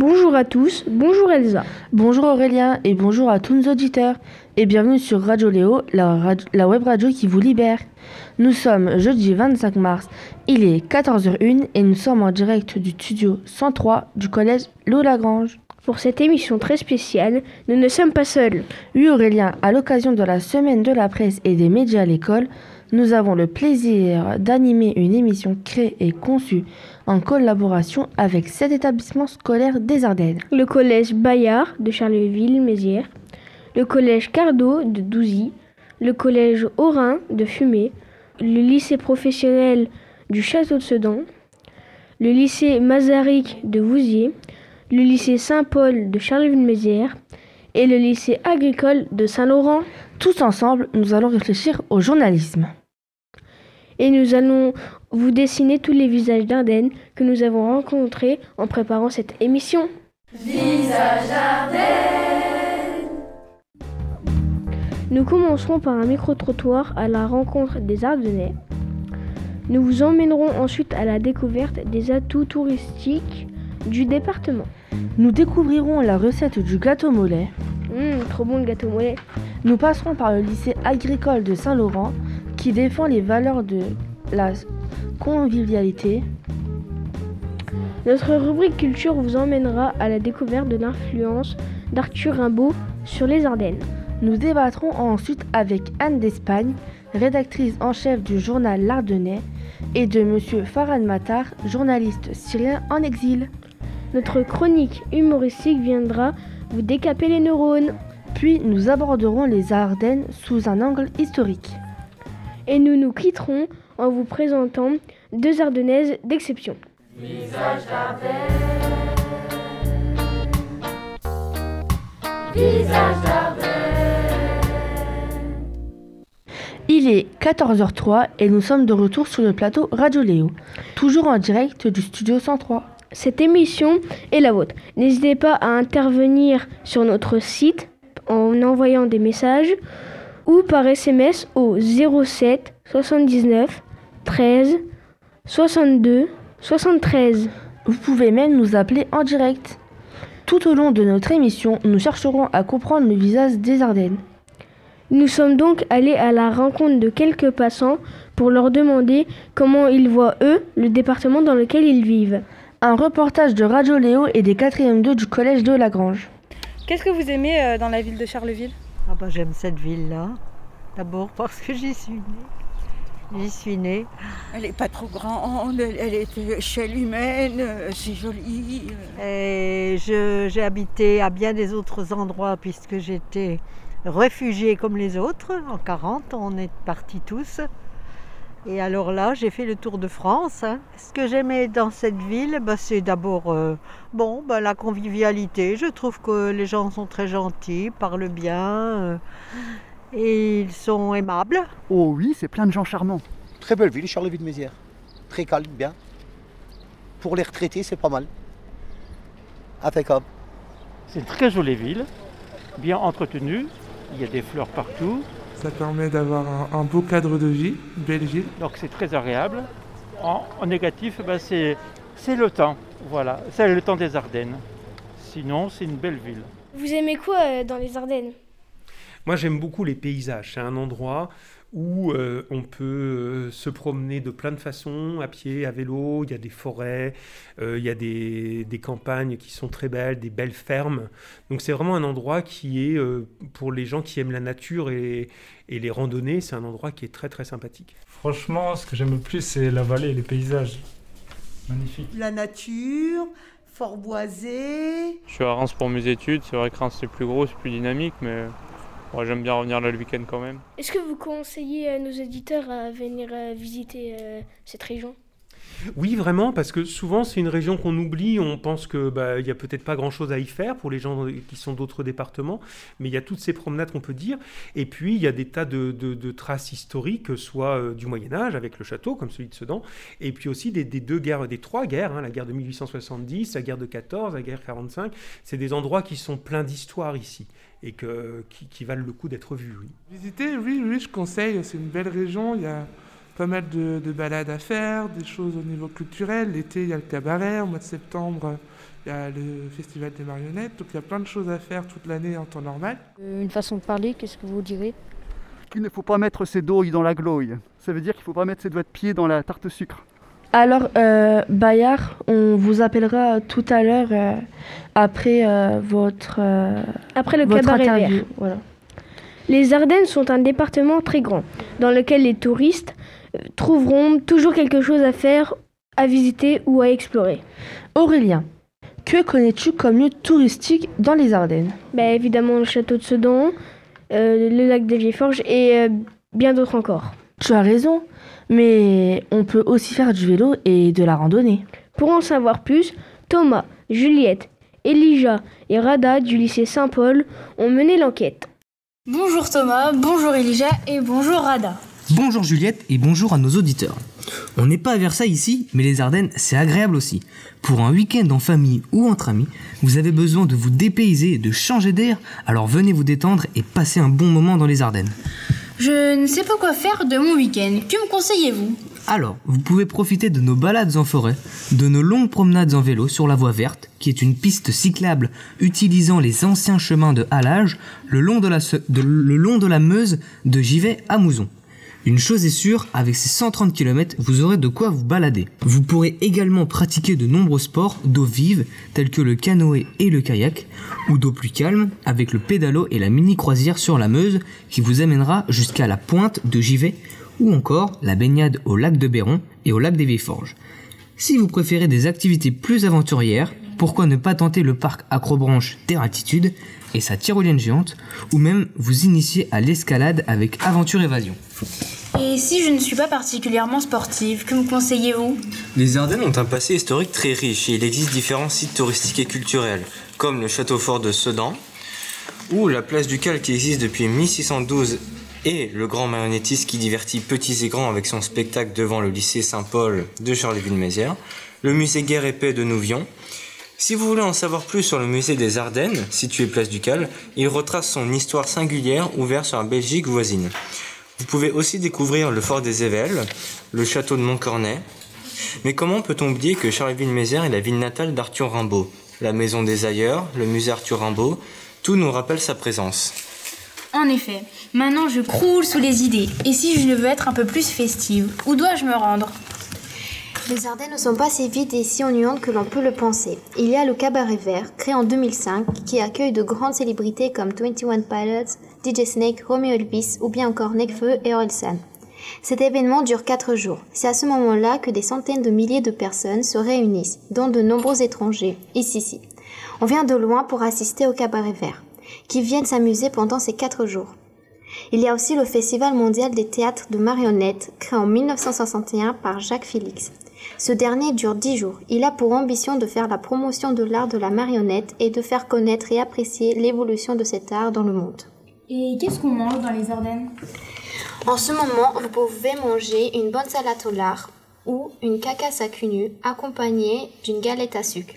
Bonjour à tous, bonjour Elsa. Bonjour Aurélien et bonjour à tous nos auditeurs et bienvenue sur Radio Léo, la web radio qui vous libère. Nous sommes jeudi 25 mars, il est 14h01 et nous sommes en direct du studio 103 du collège Léo-Lagrange. Pour cette émission très spéciale, nous ne sommes pas seuls. Oui Aurélien, à l'occasion de la semaine de la presse et des médias à l'école, nous avons le plaisir d'animer une émission créée et conçue en collaboration avec 7 établissements scolaires des Ardennes. Le collège Bayard de Charleville-Mézières, le collège Cardo de Douzy, le collège Aurin de Fumé, le lycée professionnel du Château de Sedan, le lycée Mazarik de Vouziers, le lycée Saint-Paul de Charleville-Mézières et le lycée agricole de Saint-Laurent. Tous ensemble, nous allons réfléchir au journalisme. Et nous allons vous dessiner tous les visages d'Ardennes que nous avons rencontrés en préparant cette émission. Visage d'Ardennes. Nous commencerons par un micro-trottoir à la rencontre des Ardennais. Nous vous emmènerons ensuite à la découverte des atouts touristiques du département. Nous découvrirons la recette du gâteau mollet. Trop bon le gâteau mollet. Nous passerons par le lycée agricole de Saint-Laurent qui défend les valeurs de la convivialité. Notre rubrique culture vous emmènera à la découverte de l'influence d'Arthur Rimbaud sur les Ardennes. Nous débattrons ensuite avec Anne d'Espagne, rédactrice en chef du journal L'Ardennais, et de Monsieur Farhan Matar, journaliste syrien en exil. Notre chronique humoristique viendra vous décaper les neurones. Puis nous aborderons les Ardennes sous un angle historique. Et nous nous quitterons en vous présentant 2 Ardennaises d'exception. Visage d'Ardennes. Visage d'Ardennes. Il est 14h03 et nous sommes de retour sur le plateau Radio Léo, toujours en direct du studio 103. Cette émission est la vôtre. N'hésitez pas à intervenir sur notre site en envoyant des messages ou par SMS au 07 79 13 62 73. Vous pouvez même nous appeler en direct. Tout au long de notre émission, nous chercherons à comprendre le visage des Ardennes. Nous sommes donc allés à la rencontre de quelques passants pour leur demander comment ils voient, eux, le département dans lequel ils vivent. Un reportage de Radio Léo et des 4e 2 du collège de Lagrange. Qu'est-ce que vous aimez dans la ville de Charleville ? J'aime cette ville-là. D'abord parce que j'y suis née. Elle n'est pas trop grande, elle est échelle humaine, c'est joli. Et j'ai habité à bien des autres endroits puisque j'étais réfugiée comme les autres. En 40, on est partis tous. Et alors là, j'ai fait le tour de France. Ce que j'aimais dans cette ville, c'est d'abord la convivialité. Je trouve que les gens sont très gentils, parlent bien et ils sont aimables. Oh oui, c'est plein de gens charmants. Très belle ville, Charleville-Mézières. Très calme, bien. Pour les retraités, c'est pas mal. Impeccable. C'est une très jolie ville, bien entretenue. Il y a des fleurs partout. Ça permet d'avoir un beau cadre de vie, une belle ville. Donc c'est très agréable. En négatif, c'est le temps. Voilà, c'est le temps des Ardennes. Sinon, c'est une belle ville. Vous aimez quoi dans les Ardennes ? Moi, j'aime beaucoup les paysages. C'est un endroit où on peut se promener de plein de façons, à pied, à vélo. Il y a des forêts, il y a des campagnes qui sont très belles, des belles fermes. Donc c'est vraiment un endroit qui est, pour les gens qui aiment la nature et les randonnées, c'est un endroit qui est très très sympathique. Franchement, ce que j'aime le plus, c'est la vallée et les paysages. Magnifique. La nature, fort boisé. Je suis à Reims pour mes études. C'est vrai que Reims c'est plus gros, c'est plus dynamique, mais j'aime bien revenir là le week-end quand même. Est-ce que vous conseillez à nos éditeurs à venir visiter cette région ? Oui, vraiment, parce que souvent c'est une région qu'on oublie, on pense qu'il n'y a peut-être pas grand-chose à y faire pour les gens qui sont d'autres départements, mais il y a toutes ces promenades qu'on peut dire, et puis il y a des tas de traces historiques, soit du Moyen-Âge avec le château, comme celui de Sedan, et puis aussi des 3 guerres, la guerre de 1870, la guerre de 14, la guerre 45, c'est des endroits qui sont pleins d'histoire ici, et qui valent le coup d'être vus. Oui. Visiter, oui, je conseille, c'est une belle région, il y a pas mal de balades à faire, des choses au niveau culturel. L'été, il y a le cabaret. Au mois de septembre, il y a le festival des marionnettes. Donc il y a plein de choses à faire toute l'année en temps normal. Une façon de parler, qu'est-ce que vous direz? Il ne faut pas mettre ses douilles dans la glouille. Ça veut dire qu'il ne faut pas mettre ses doigts de pied dans la tarte sucre. Alors, Bayard, on vous appellera tout à l'heure après votre cabaret interview. vert. Voilà. Les Ardennes sont un département très grand, dans lequel les touristes trouveront toujours quelque chose à faire, à visiter ou à explorer. Aurélien, que connais-tu comme lieu touristique dans les Ardennes? Évidemment le château de Sedan, le lac des Vieilles-Forges et bien d'autres encore. Tu as raison, mais on peut aussi faire du vélo et de la randonnée. Pour en savoir plus, Thomas, Juliette, Elijah et Rada du lycée Saint-Paul ont mené l'enquête. Bonjour Thomas, bonjour Elijah et bonjour Rada. Bonjour Juliette et bonjour à nos auditeurs. On n'est pas à Versailles ici, mais les Ardennes, c'est agréable aussi. Pour un week-end en famille ou entre amis, vous avez besoin de vous dépayser et de changer d'air, alors venez vous détendre et passer un bon moment dans les Ardennes. Je ne sais pas quoi faire de mon week-end, que me conseillez-vous? Alors, vous pouvez profiter de nos balades en forêt, de nos longues promenades en vélo sur la voie verte, qui est une piste cyclable utilisant les anciens chemins de halage le long de la Meuse de Givet à Mouzon. Une chose est sûre, avec ces 130 km, vous aurez de quoi vous balader. Vous pourrez également pratiquer de nombreux sports d'eau vive, tels que le canoë et le kayak, ou d'eau plus calme, avec le pédalo et la mini-croisière sur la Meuse, qui vous amènera jusqu'à la pointe de Givet, ou encore la baignade au lac de Béron et au lac des Vieilles-Forges. Si vous préférez des activités plus aventurières, pourquoi ne pas tenter le parc Acrobranche Terre Altitude et sa tyrolienne géante, ou même vous initier à l'escalade avec Aventure Évasion. Et si je ne suis pas particulièrement sportive, que me conseillez-vous? Les Ardennes ont un passé historique très riche et il existe différents sites touristiques et culturels, comme le château fort de Sedan, ou la place du Cal qui existe depuis 1612 et le grand marionnettiste qui divertit petits et grands avec son spectacle devant le lycée Saint-Paul de Charleville-Mézières, le musée Guerre et Paix de Nouvion. Si vous voulez en savoir plus sur le musée des Ardennes, situé place du Cal, il retrace son histoire singulière ouverte sur la Belgique voisine. Vous pouvez aussi découvrir le fort des Évelles, le château de Montcornet. Mais comment peut-on oublier que Charleville-Mézières est la ville natale d'Arthur Rimbaud? La maison des ailleurs, le musée Arthur Rimbaud, tout nous rappelle sa présence. En effet, maintenant je croule sous les idées. Et si je veux être un peu plus festive, où dois-je me rendre? Les Ardennes ne sont pas si vides et si ennuyantes que l'on peut le penser. Il y a le Cabaret Vert, créé en 2005, qui accueille de grandes célébrités comme 21 Pilots, DJ Snake, Romeo Elvis ou bien encore Nekfeu et Orelsan. Cet événement dure 4 jours. C'est à ce moment-là que des centaines de milliers de personnes se réunissent, dont de nombreux étrangers, ici. On vient de loin pour assister au Cabaret Vert, qui viennent s'amuser pendant ces 4 jours. Il y a aussi le Festival mondial des théâtres de marionnettes, créé en 1961 par Jacques Félix. Ce dernier dure 10 jours. Il a pour ambition de faire la promotion de l'art de la marionnette et de faire connaître et apprécier l'évolution de cet art dans le monde. Et qu'est-ce qu'on mange dans les Ardennes? En ce moment, vous pouvez manger une bonne salade au lard ou une cacasse à cul nu accompagnée d'une galette à sucre.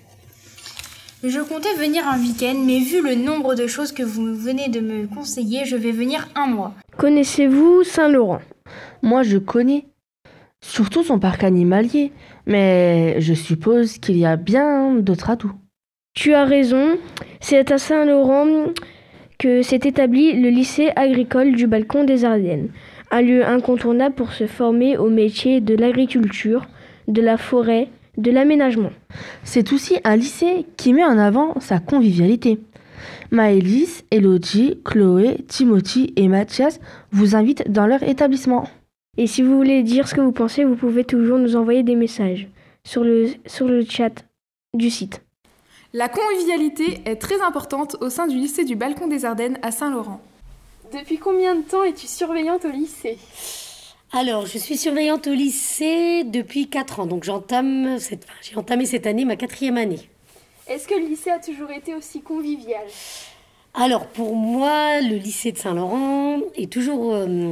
Je comptais venir un week-end, mais vu le nombre de choses que vous venez de me conseiller, je vais venir un mois. Connaissez-vous Saint-Laurent? Moi, je connais. Surtout son parc animalier, mais je suppose qu'il y a bien d'autres atouts. Tu as raison, c'est à Saint-Laurent que s'est établi le lycée agricole du Balcon des Ardennes, un lieu incontournable pour se former au métier de l'agriculture, de la forêt, de l'aménagement. C'est aussi un lycée qui met en avant sa convivialité. Maëlys, Elodie, Chloé, Timothy et Mathias vous invitent dans leur établissement. Et si vous voulez dire ce que vous pensez, vous pouvez toujours nous envoyer des messages sur le chat du site. La convivialité est très importante au sein du lycée du Balcon des Ardennes à Saint-Laurent. Depuis combien de temps es-tu surveillante au lycée? Alors, je suis surveillante au lycée depuis 4 ans, donc j'ai entamé cette année ma 4e année. Est-ce que le lycée a toujours été aussi convivial? Alors, pour moi, le lycée de Saint-Laurent est toujours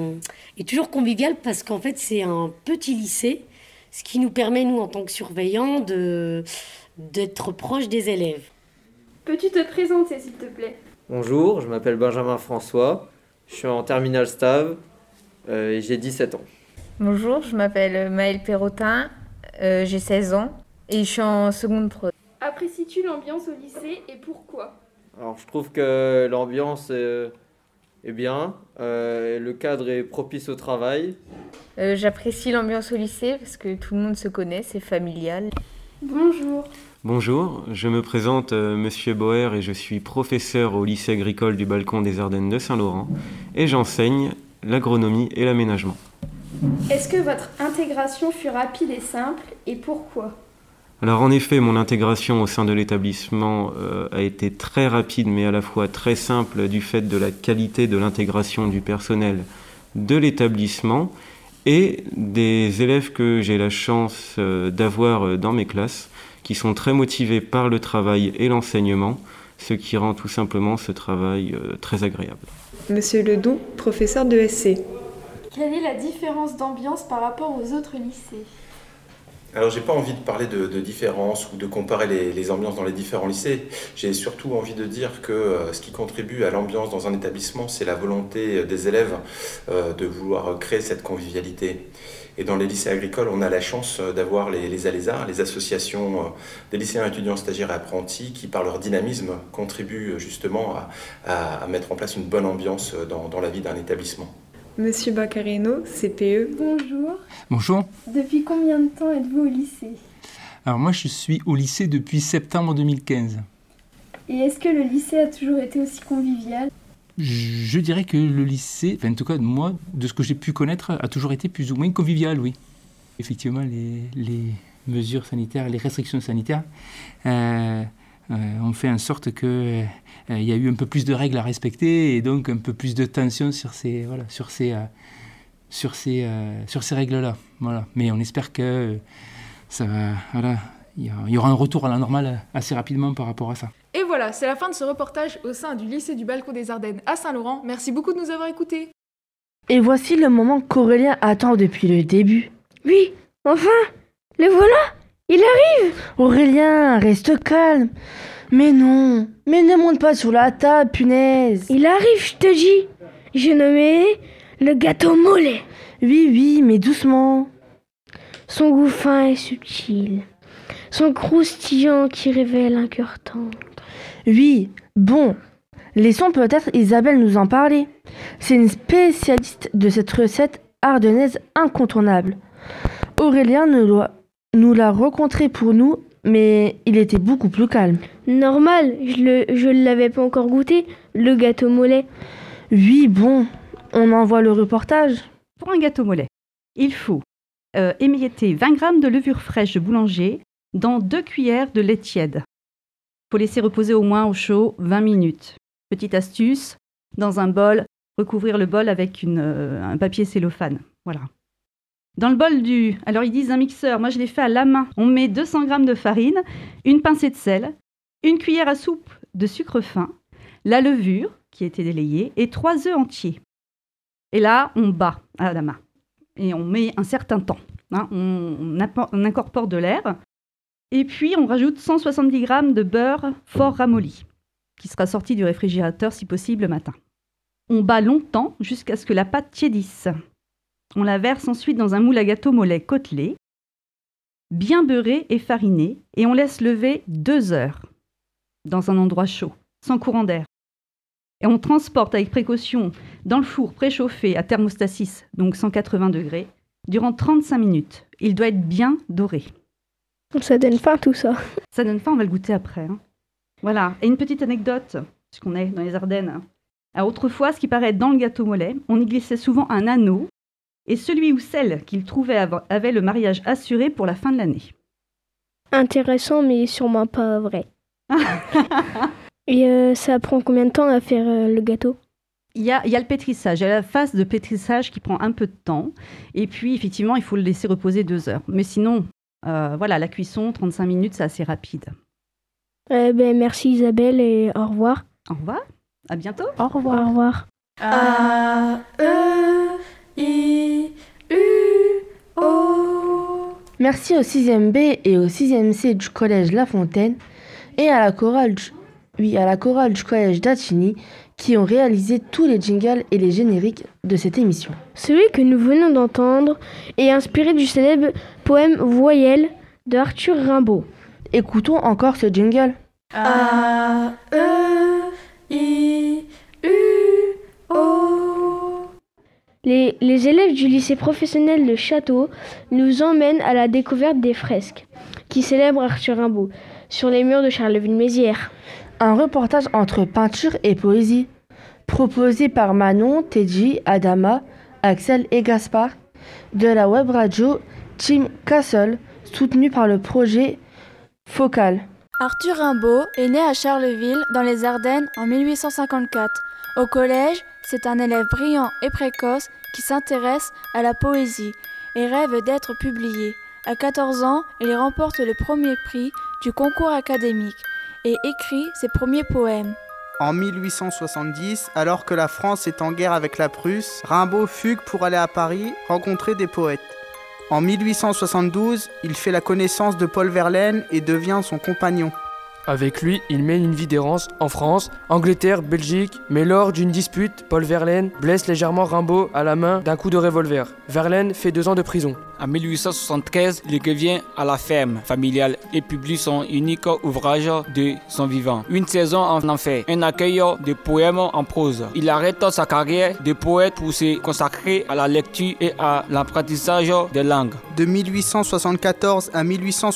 convivial parce qu'en fait, c'est un petit lycée, ce qui nous permet, nous, en tant que surveillants, d'être proches des élèves. Peux-tu te présenter, s'il te plaît? Bonjour, je m'appelle Benjamin François, je suis en terminale STAV et j'ai 17 ans. Bonjour, je m'appelle Maëlle Perrotin, j'ai 16 ans et je suis en seconde prod. Apprécies-tu l'ambiance au lycée et pourquoi? Alors je trouve que l'ambiance est bien, le cadre est propice au travail. J'apprécie l'ambiance au lycée parce que tout le monde se connaît, c'est familial. Bonjour. Bonjour, je me présente Monsieur Boer et je suis professeur au lycée agricole du Balcon des Ardennes de Saint-Laurent et j'enseigne l'agronomie et l'aménagement. Est-ce que votre intégration fut rapide et simple et pourquoi? Alors en effet, mon intégration au sein de l'établissement a été très rapide mais à la fois très simple du fait de la qualité de l'intégration du personnel de l'établissement et des élèves que j'ai la chance d'avoir dans mes classes qui sont très motivés par le travail et l'enseignement, ce qui rend tout simplement ce travail très agréable. Monsieur Ledoux, professeur de SC. Quelle est la différence d'ambiance par rapport aux autres lycées? Alors j'ai pas envie de parler de différence ou de comparer les ambiances dans les différents lycées. J'ai surtout envie de dire que ce qui contribue à l'ambiance dans un établissement, c'est la volonté des élèves de vouloir créer cette convivialité. Et dans les lycées agricoles, on a la chance d'avoir les ALESA, les associations des lycéens, étudiants, stagiaires et apprentis, qui par leur dynamisme contribuent justement à mettre en place une bonne ambiance dans la vie d'un établissement. Monsieur Baccareno, CPE. Bonjour. Bonjour. Depuis combien de temps êtes-vous au lycée? Alors moi je suis au lycée depuis septembre 2015. Et est-ce que le lycée a toujours été aussi convivial? Je dirais que le lycée, enfin en tout cas moi, de ce que j'ai pu connaître, a toujours été plus ou moins convivial, oui. Effectivement, les mesures sanitaires, les restrictions sanitaires ont fait en sorte que il y a eu un peu plus de règles à respecter et donc un peu plus de tension sur ces règles-là. Voilà. Mais on espère que ça va, voilà, il y aura un retour à la normale assez rapidement par rapport à ça. Et voilà, c'est la fin de ce reportage au sein du lycée du Balcon des Ardennes à Saint-Laurent. Merci beaucoup de nous avoir écoutés. Et voici le moment qu'Aurélien attend depuis le début. Oui, enfin, le voilà, il arrive. Aurélien, reste calme. Mais non, mais ne monte pas sur la table, punaise. Il arrive, je te dis. J'ai nommé le gâteau mollet. Oui, mais doucement. Son goût fin et subtil. Son croustillant qui révèle un cœur tendre. Oui, bon. Laissons peut-être Isabelle nous en parler. C'est une spécialiste de cette recette ardennaise incontournable. Aurélien nous l'a rencontré pour nous, mais il était beaucoup plus calme. Normal, je ne l'avais pas encore goûté, le gâteau mollet. Oui, bon, on envoie le reportage. Pour un gâteau mollet, il faut émietter 20 g de levure fraîche de boulanger dans 2 cuillères de lait tiède. Il faut laisser reposer au moins au chaud 20 minutes. Petite astuce, dans un bol, recouvrir le bol avec un papier cellophane. Voilà. Dans le bol alors ils disent un mixeur, moi je l'ai fait à la main. On met 200 g de farine, une pincée de sel, une cuillère à soupe de sucre fin, la levure qui a été délayée et 3 œufs entiers. Et là, on bat à la main. Et on met un certain temps. Hein. On incorpore de l'air. Et puis, on rajoute 170 g de beurre fort ramolli, qui sera sorti du réfrigérateur si possible le matin. On bat longtemps jusqu'à ce que la pâte tiédisse. On la verse ensuite dans un moule à gâteau mollet côtelé, bien beurré et fariné, et on laisse lever 2 heures dans un endroit chaud, sans courant d'air. Et on transporte avec précaution dans le four préchauffé à thermostat 6, donc 180 degrés, durant 35 minutes. Il doit être bien doré. Ça donne faim tout ça. Ça donne faim, on va le goûter après. Hein. Voilà. Et une petite anecdote, puisqu'on est dans les Ardennes. Alors, autrefois, ce qui paraît être dans le gâteau mollet, on y glissait souvent un anneau, et celui ou celle qu'il trouvait avait le mariage assuré pour la fin de l'année. Intéressant, mais sûrement pas vrai. Et ça prend combien de temps à faire le gâteau? Il y a le pétrissage. Il y a la phase de pétrissage qui prend un peu de temps. Et puis, effectivement, il faut le laisser reposer 2 heures. Mais sinon, voilà, la cuisson, 35 minutes, c'est assez rapide. Merci Isabelle et au revoir. Au revoir. À bientôt. Au revoir. Au revoir. A-E-I-U-O. Merci au 6e B et au 6e C du collège La Fontaine et à la chorale du collège d'Attigny qui ont réalisé tous les jingles et les génériques de cette émission. Celui que nous venons d'entendre est inspiré du célèbre poème Voyelles de Arthur Rimbaud. Écoutons encore ce jingle. A, E, I, U, O. Les élèves du lycée professionnel de Château nous emmènent à la découverte des fresques qui célèbrent Arthur Rimbaud sur les murs de Charleville-Mézières. Un reportage entre peinture et poésie, proposé par Manon, Teddy, Adama, Axel et Gaspard, de la web radio Team Castle, soutenu par le projet Focal. Arthur Rimbaud est né à Charleville, dans les Ardennes, en 1854. Au collège, c'est un élève brillant et précoce qui s'intéresse à la poésie et rêve d'être publié. À 14 ans, il remporte le premier prix du concours académique et écrit ses premiers poèmes. En 1870, alors que la France est en guerre avec la Prusse, Rimbaud fugue pour aller à Paris rencontrer des poètes. En 1872, il fait la connaissance de Paul Verlaine et devient son compagnon. Avec lui, il mène une vie d'errance en France, Angleterre, Belgique, mais lors d'une dispute, Paul Verlaine blesse légèrement Rimbaud à la main d'un coup de revolver. Verlaine fait 2 ans de prison. En 1873, il revient à la ferme familiale et publie son unique ouvrage de son vivant. Une saison en enfer, un accueil de poèmes en prose. Il arrête sa carrière de poète pour se consacrer à la lecture et à l'apprentissage des langues. De 1874 à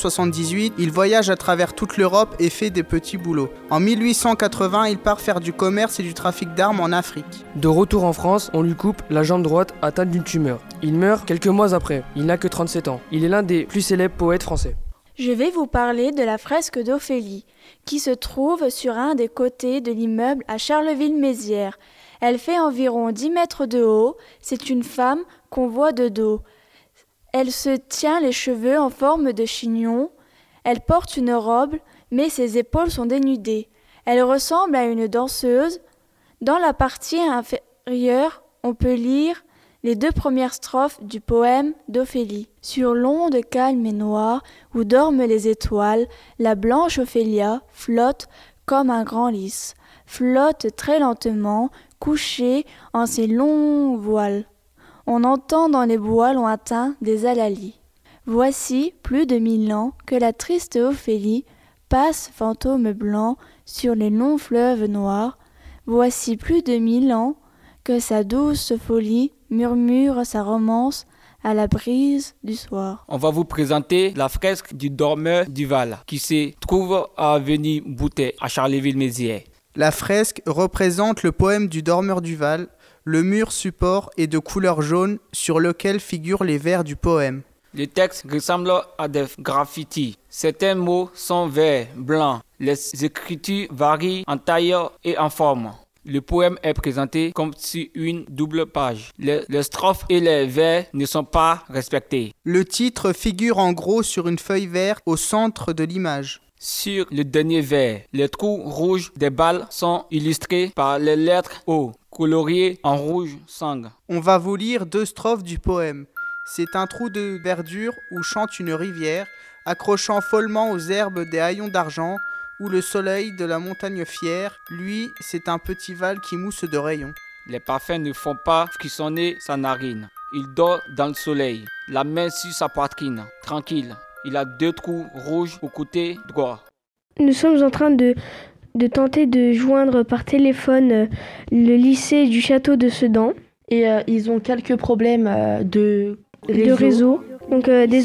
1878, il voyage à travers toute l'Europe et fait des petits boulots. En 1880, il part faire du commerce et du trafic d'armes en Afrique. De retour en France, on lui coupe la jambe droite atteinte d'une tumeur. Il meurt quelques mois après. Il n'a que 37 ans. Il est l'un des plus célèbres poètes français. Je vais vous parler de la fresque d'Ophélie, qui se trouve sur un des côtés de l'immeuble à Charleville-Mézières. Elle fait environ 10 mètres de haut. C'est une femme qu'on voit de dos. Elle se tient les cheveux en forme de chignon. Elle porte une robe, mais ses épaules sont dénudées. Elle ressemble à une danseuse. Dans la partie inférieure, on peut lire les 2 premières strophes du poème d'Ophélie. Sur l'onde calme et noire, où dorment les étoiles, la blanche Ophélia flotte comme un grand lys, flotte très lentement, couchée en ses longs voiles. On entend dans les bois lointains des alalis. Voici plus de 1000 ans que la triste Ophélie passe fantôme blanc sur les longs fleuves noirs. Voici plus de 1000 ans que sa douce folie murmure sa romance à la brise du soir. On va vous présenter la fresque du dormeur du Val, qui se trouve à avenue Boutet, à Charleville-Mézières. La fresque représente le poème du dormeur du Val. Le mur support est de couleur jaune sur lequel figurent les vers du poème. Le texte ressemble à des graffitis. Certains mots sont verts, blancs. Les écritures varient en taille et en forme. Le poème est présenté comme sur une double page. Les strophes et les vers ne sont pas respectés. Le titre figure en gros sur une feuille verte au centre de l'image. Sur le dernier vers, les trous rouges des balles sont illustrés par les lettres O, coloriées en rouge sang. On va vous lire 2 strophes du poème. C'est un trou de verdure où chante une rivière, accrochant follement aux herbes des haillons d'argent, où le soleil de la montagne fière, lui, c'est un petit Val qui mousse de rayons. Les parfums ne font pas frissonner sa narine. Il dort dans le soleil, la main sur sa poitrine, tranquille. Il a 2 trous rouges au côté droit. Nous sommes en train de tenter de joindre par téléphone le lycée du château de Sedan. Et ils ont quelques problèmes de réseau. Donc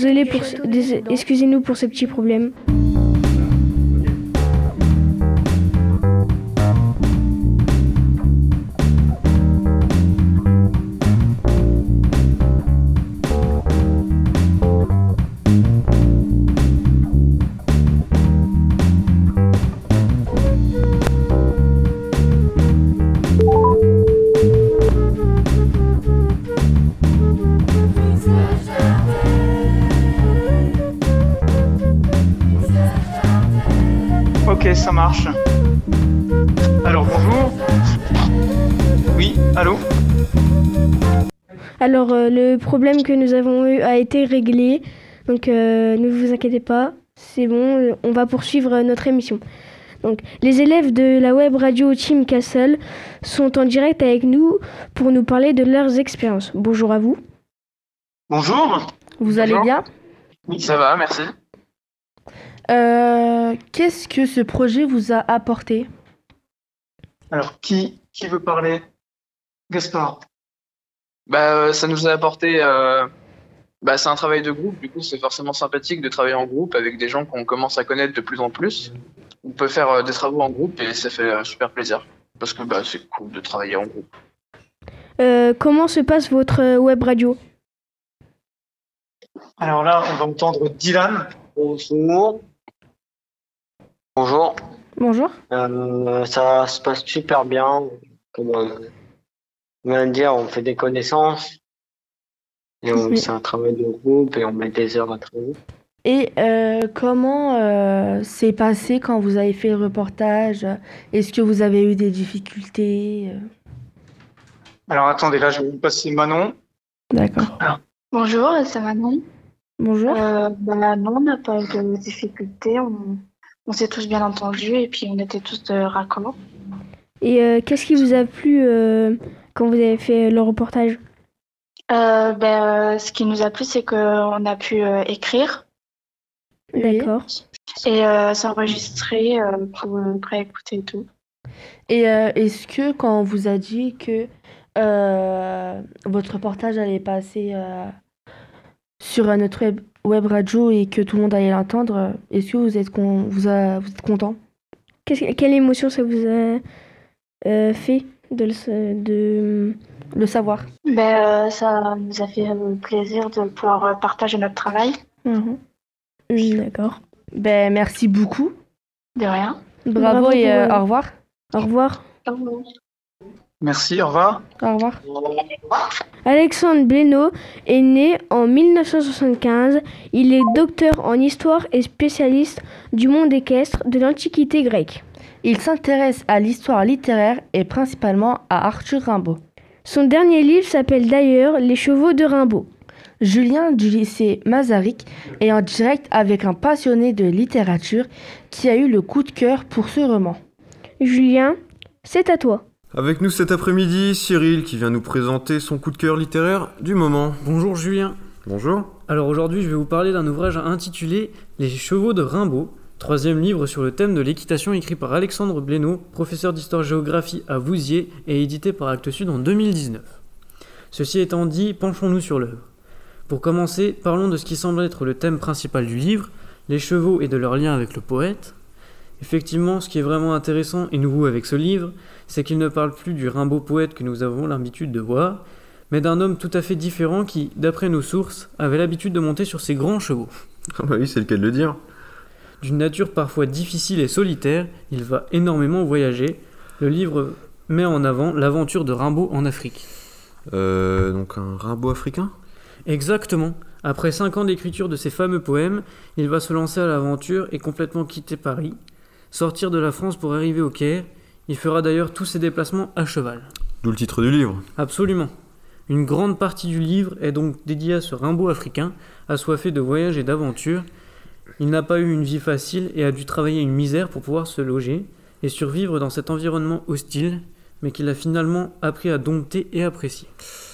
excusez-nous pour ces petits problèmes. Ok, ça marche. Alors bonjour. Oui, allô? Alors le problème que nous avons eu a été réglé, donc ne vous inquiétez pas, c'est bon, on va poursuivre notre émission. Donc, les élèves de la web radio Team Castle sont en direct avec nous pour nous parler de leurs expériences. Bonjour à vous. Bonjour. Vous allez bien? Oui, ça va, merci. Qu'est-ce que ce projet vous a apporté? Alors, qui veut parler? Gaspard. Ça nous a apporté... c'est un travail de groupe, du coup c'est forcément sympathique de travailler en groupe avec des gens qu'on commence à connaître de plus en plus. On peut faire des travaux en groupe et ça fait super plaisir, parce que c'est cool de travailler en groupe. Comment se passe votre web radio? Alors là, on va entendre Dylan. Bonjour. Bonjour. Bonjour. Ça se passe super bien. Comme on vient de dire, on fait des connaissances. Et c'est un travail de groupe et on met des heures à travailler. Et comment s'est passé quand vous avez fait le reportage? Est-ce que vous avez eu des difficultés? Alors attendez, là je vais vous passer Manon. D'accord. Bonjour, c'est Manon. Bonjour. Non, on n'a pas eu de difficultés. On s'est tous bien entendus et puis on était tous raccords. Et qu'est-ce qui vous a plu quand vous avez fait le reportage? Ce qui nous a plu, c'est qu'on a pu écrire. D'accord. Et s'enregistrer pour écouter et tout. Et est-ce que quand on vous a dit que votre reportage allait passer sur notre web radio et que tout le monde allait l'entendre, est-ce que vous êtes content? Quelle émotion ça vous a fait de le savoir? Ça nous a fait plaisir de pouvoir partager notre travail. D'accord. Merci beaucoup. De rien. Bravo et au revoir. Au revoir. Au revoir. Merci, au revoir. Au revoir. Alexandre Blénaud est né en 1975. Il est docteur en histoire et spécialiste du monde équestre de l'Antiquité grecque. Il s'intéresse à l'histoire littéraire et principalement à Arthur Rimbaud. Son dernier livre s'appelle d'ailleurs Les chevaux de Rimbaud. Julien du lycée Masaryk est en direct avec un passionné de littérature qui a eu le coup de cœur pour ce roman. Julien, c'est à toi. Avec nous cet après-midi, Cyril qui vient nous présenter son coup de cœur littéraire du moment. Bonjour Julien. Bonjour. Alors aujourd'hui je vais vous parler d'un ouvrage intitulé Les chevaux de Rimbaud, 3e livre sur le thème de l'équitation écrit par Alexandre Blénaud, professeur d'histoire-géographie à Vouziers et édité par Actes Sud en 2019. Ceci étant dit, penchons-nous sur l'œuvre. Pour commencer, parlons de ce qui semble être le thème principal du livre, les chevaux et de leur lien avec le poète. Effectivement, ce qui est vraiment intéressant et nouveau avec ce livre, c'est qu'il ne parle plus du Rimbaud poète que nous avons l'habitude de voir, mais d'un homme tout à fait différent qui, d'après nos sources, avait l'habitude de monter sur ses grands chevaux. Ah bah oui, c'est le cas de le dire. D'une nature parfois difficile et solitaire, il va énormément voyager. Le livre met en avant l'aventure de Rimbaud en Afrique. Donc un Rimbaud africain ? Exactement. Après 5 ans d'écriture de ses fameux poèmes, il va se lancer à l'aventure et complètement quitter Paris, sortir de la France pour arriver au Caire. Il fera d'ailleurs tous ses déplacements à cheval. D'où le titre du livre. Absolument. Une grande partie du livre est donc dédiée à ce Rimbaud africain, assoiffé de voyages et d'aventures. Il n'a pas eu une vie facile et a dû travailler une misère pour pouvoir se loger et survivre dans cet environnement hostile, mais qu'il a finalement appris à dompter et apprécier.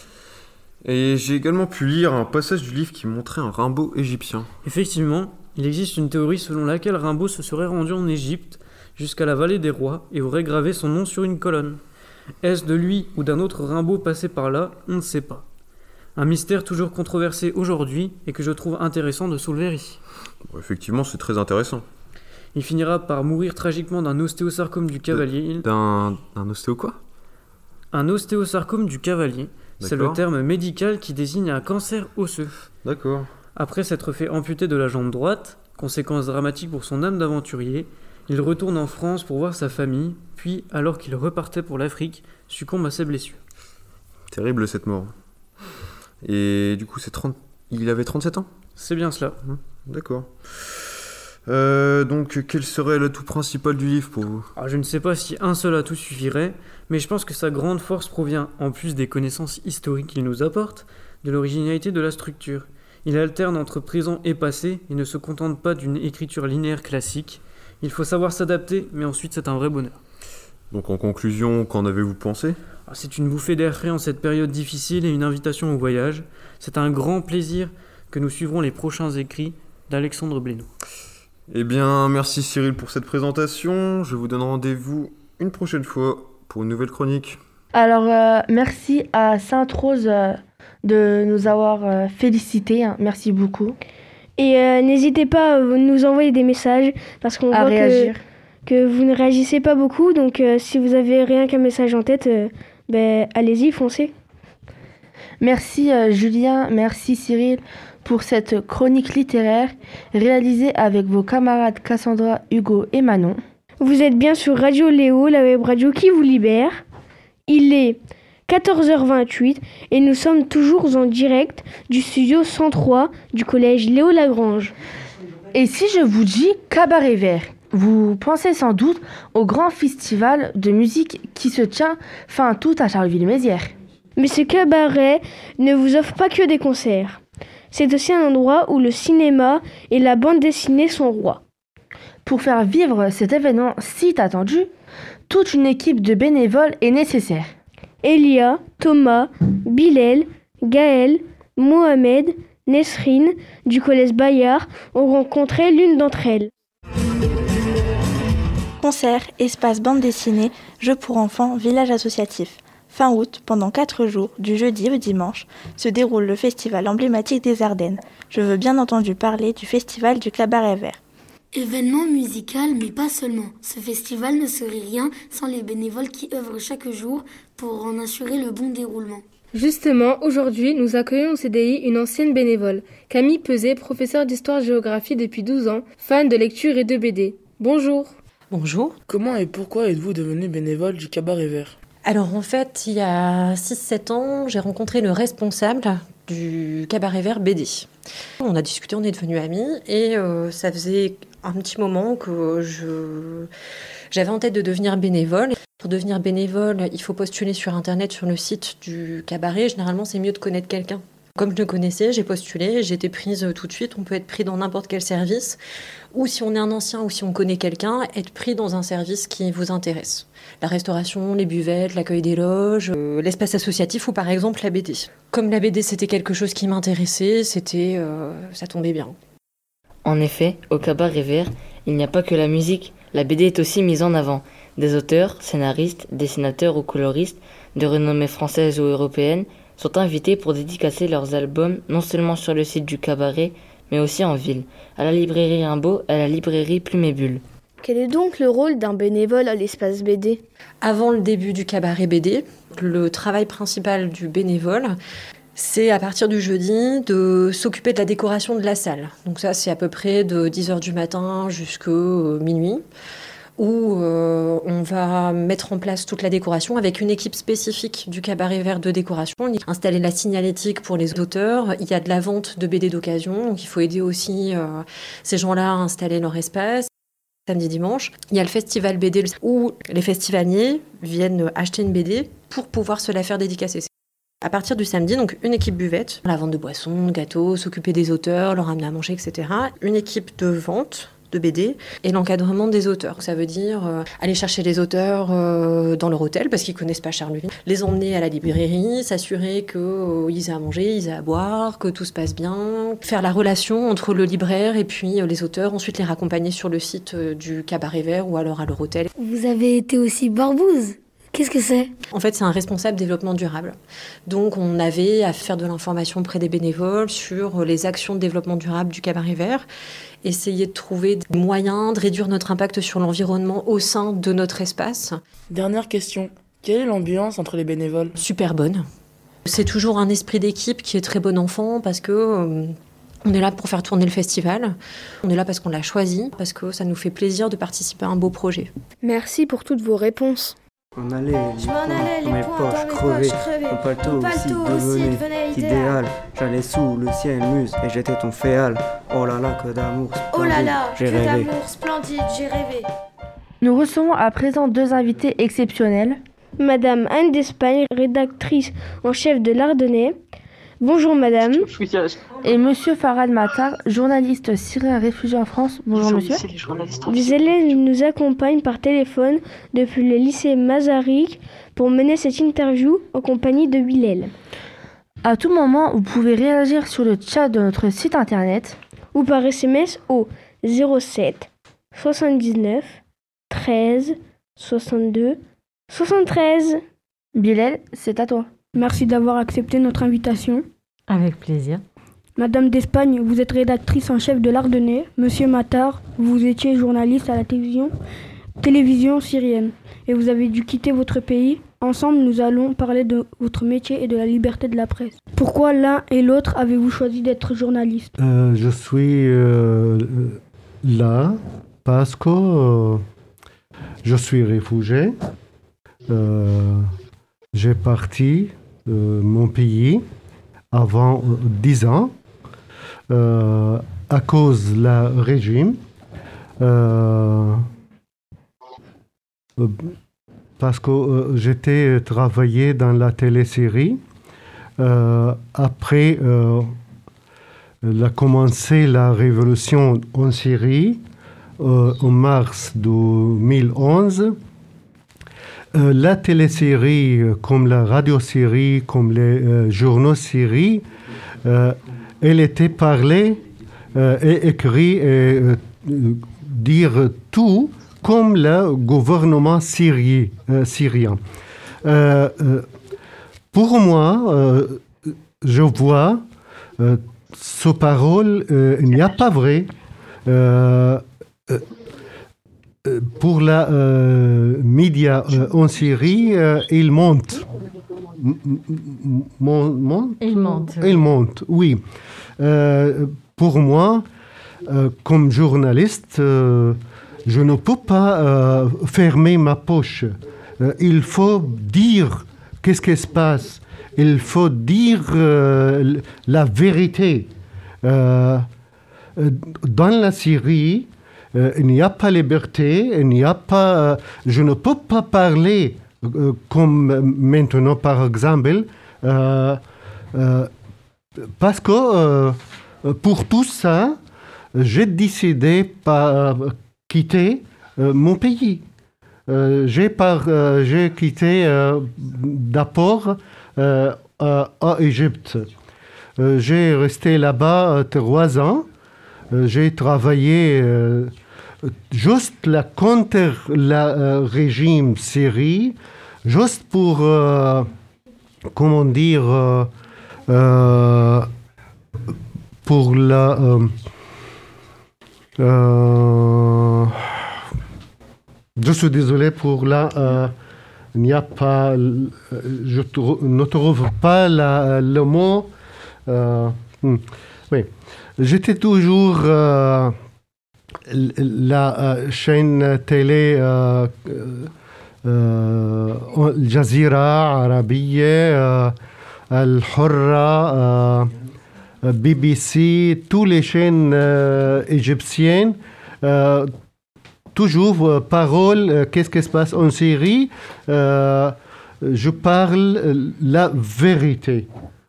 Et j'ai également pu lire un passage du livre qui montrait un Rimbaud égyptien. Effectivement, il existe une théorie selon laquelle Rimbaud se serait rendu en Égypte jusqu'à la vallée des rois et aurait gravé son nom sur une colonne. Est-ce de lui ou d'un autre Rimbaud passé par là? On ne sait pas. Un mystère toujours controversé aujourd'hui et que je trouve intéressant de soulever ici. Effectivement, c'est très intéressant. Il finira par mourir tragiquement d'un ostéosarcome du cavalier. D'un ostéo quoi? Un ostéosarcome du cavalier. C'est le terme médical qui désigne un cancer osseux. D'accord. Après s'être fait amputer de la jambe droite, conséquence dramatique pour son âme d'aventurier, il retourne en France pour voir sa famille, puis, alors qu'il repartait pour l'Afrique, succombe à ses blessures. Terrible cette mort. Et du coup, il avait 37 ans? C'est bien cela. D'accord. Donc, quel serait l'atout principal du livre pour vous? Je ne sais pas si un seul atout suffirait, mais je pense que sa grande force provient, en plus des connaissances historiques qu'il nous apporte, de l'originalité de la structure. Il alterne entre présent et passé et ne se contente pas d'une écriture linéaire classique. Il faut savoir s'adapter, mais ensuite c'est un vrai bonheur. Donc en conclusion, qu'en avez-vous pensé ? C'est une bouffée d'air frais en cette période difficile et une invitation au voyage. C'est un grand plaisir que nous suivrons les prochains écrits d'Alexandre Blénaud. Eh bien, merci Cyril pour cette présentation. Je vous donne rendez-vous une prochaine fois pour une nouvelle chronique. Alors, merci à Sainte-Rose de nous avoir félicités. Merci beaucoup. Et n'hésitez pas à nous envoyer des messages parce qu'on voit que vous ne réagissez pas beaucoup. Donc, si vous avez rien qu'un message en tête, allez-y, foncez. Merci Julien, merci Cyril pour cette chronique littéraire réalisée avec vos camarades Cassandra, Hugo et Manon. Vous êtes bien sur Radio Léo, la web radio qui vous libère. Il est 14h28 et nous sommes toujours en direct du studio 103 du collège Léo Lagrange. Et si je vous dis Cabaret Vert, vous pensez sans doute au grand festival de musique qui se tient fin août à Charleville-Mézières. Mais ce cabaret ne vous offre pas que des concerts. C'est aussi un endroit où le cinéma et la bande dessinée sont rois. Pour faire vivre cet événement si attendu, toute une équipe de bénévoles est nécessaire. Elia, Thomas, Bilal, Gaël, Mohamed, Nesrine du collège Bayard ont rencontré l'une d'entre elles. Concert, espace bande dessinée, jeux pour enfants, village associatif. Fin août, pendant 4 jours, du jeudi au dimanche, se déroule le festival emblématique des Ardennes. Je veux bien entendu parler du festival du Cabaret Vert. Événement musical, mais pas seulement. Ce festival ne serait rien sans les bénévoles qui œuvrent chaque jour pour en assurer le bon déroulement. Justement, aujourd'hui, nous accueillons au CDI une ancienne bénévole, Camille Peset, professeure d'histoire-géographie depuis 12 ans, fan de lecture et de BD. Bonjour. Bonjour. Comment et pourquoi êtes-vous devenue bénévole du Cabaret Vert ? Alors en fait, il y a 6-7 ans, j'ai rencontré le responsable du Cabaret Vert BD. On a discuté, on est devenus amis et ça faisait un petit moment que j'avais en tête de devenir bénévole. Pour devenir bénévole, il faut postuler sur Internet, sur le site du cabaret. Généralement, c'est mieux de connaître quelqu'un. Comme je le connaissais, j'ai postulé, j'ai été prise tout de suite. On peut être pris dans n'importe quel service. Ou si on est un ancien ou si on connaît quelqu'un, être pris dans un service qui vous intéresse. La restauration, les buvettes, l'accueil des loges, l'espace associatif ou par exemple la BD. Comme la BD c'était quelque chose qui m'intéressait, ça tombait bien. En effet, au Cabaret Vert, il n'y a pas que la musique. La BD est aussi mise en avant. Des auteurs, scénaristes, dessinateurs ou coloristes de renommée française ou européenne sont invités pour dédicacer leurs albums non seulement sur le site du cabaret, mais aussi en ville, à la librairie Rimbaud et à la librairie Plume et Bulle. Quel est donc le rôle d'un bénévole à l'espace BD ? Avant le début du cabaret BD, le travail principal du bénévole, c'est à partir du jeudi de s'occuper de la décoration de la salle. Donc ça, c'est à peu près de 10h du matin jusqu'à minuit, où on va mettre en place toute la décoration avec une équipe spécifique du Cabaret Vert de décoration. Installer la signalétique pour les auteurs, il y a de la vente de BD d'occasion, donc il faut aider aussi ces gens-là à installer leur espace. Samedi, dimanche, il y a le festival BD où les festivaliers viennent acheter une BD pour pouvoir se la faire dédicacer. À partir du samedi, donc une équipe buvette, la vente de boissons, de gâteaux, s'occuper des auteurs, leur amener à manger, etc. Une équipe de vente de BD et l'encadrement des auteurs. Ça veut dire aller chercher les auteurs dans leur hôtel parce qu'ils connaissent pas Charleville, les emmener à la librairie, s'assurer qu'ils aient à manger, ils aient à boire, que tout se passe bien, faire la relation entre le libraire et puis les auteurs, ensuite les raccompagner sur le site du Cabaret Vert ou alors à leur hôtel. Vous avez été aussi barbouze. Qu'est-ce que c'est ? En fait, c'est un responsable développement durable. Donc, on avait à faire de l'information auprès des bénévoles sur les actions de développement durable du Cabaret Vert, essayer de trouver des moyens de réduire notre impact sur l'environnement au sein de notre espace. Dernière question, quelle est l'ambiance entre les bénévoles ? Super bonne. C'est toujours un esprit d'équipe qui est très bon enfant parce que on est là pour faire tourner le festival. On est là parce qu'on l'a choisi, parce que ça nous fait plaisir de participer à un beau projet. Merci pour toutes vos réponses. On allait les poings dans mes poches crevées, mon paletot aussi devenait idéal. J'allais sous le ciel muse et j'étais ton féal. Oh là là, que d'amour splendide, oh là là, j'ai que rêvé. d'amour splendide, j'ai rêvé. Nous recevons à présent 2 invités exceptionnels. Madame Anne d'Espagne, rédactrice en chef de l'Ardennais. Bonjour madame. Et monsieur Farad Matar, journaliste syrien réfugié en France. Bonjour monsieur. Des élèves nous accompagnent par téléphone depuis le lycée Masaryk pour mener cette interview en compagnie de Bilal. À tout moment, vous pouvez réagir sur le chat de notre site internet ou par SMS au 07 79 13 62 73. Bilal, c'est à toi. Merci d'avoir accepté notre invitation. Avec plaisir. Madame d'Espagne, vous êtes rédactrice en chef de l'Ardennais. Monsieur Matar, vous étiez journaliste à la télévision syrienne et vous avez dû quitter votre pays. Ensemble, nous allons parler de votre métier et de la liberté de la presse. Pourquoi l'un et l'autre avez-vous choisi d'être journaliste ? Je suis là parce que je suis réfugié. J'ai parti mon pays avant 10 ans à cause du régime. Parce que j'étais travaillé dans la télésérie. Après, a commencé la révolution en Syrie en mars 2011. La télésérie, comme la radio-série, comme les journaux syriens, elle était parlée et écrite et dire tout comme le gouvernement syrien. Pour moi, je vois ce parole, il n'y a pas vrai. Pour la média en Syrie, il monte. Il monte, oui. Pour moi, comme journaliste, je ne peux pas fermer ma poche. Il faut dire qu'est-ce qui se passe. Il faut dire la vérité. Dans la Syrie, il n'y a pas liberté, il n'y a pas. Je ne peux pas parler comme maintenant, par exemple, parce que pour tout ça, j'ai décidé de quitter mon pays. J'ai quitté d'abord à Égypte. J'ai resté là-bas 3 ans. J'ai travaillé juste contre le régime syrien, juste pour, comment dire, pour la... je suis désolé pour la... il n'y a pas... je ne trouve pas le mot... oui. J'étais toujours la chaîne télé Al Jazeera Arabiya, Al Hurra, BBC, toutes les chaînes égyptiennes. Toujours parole, qu'est-ce qui se passe en Syrie. Je parle la vérité.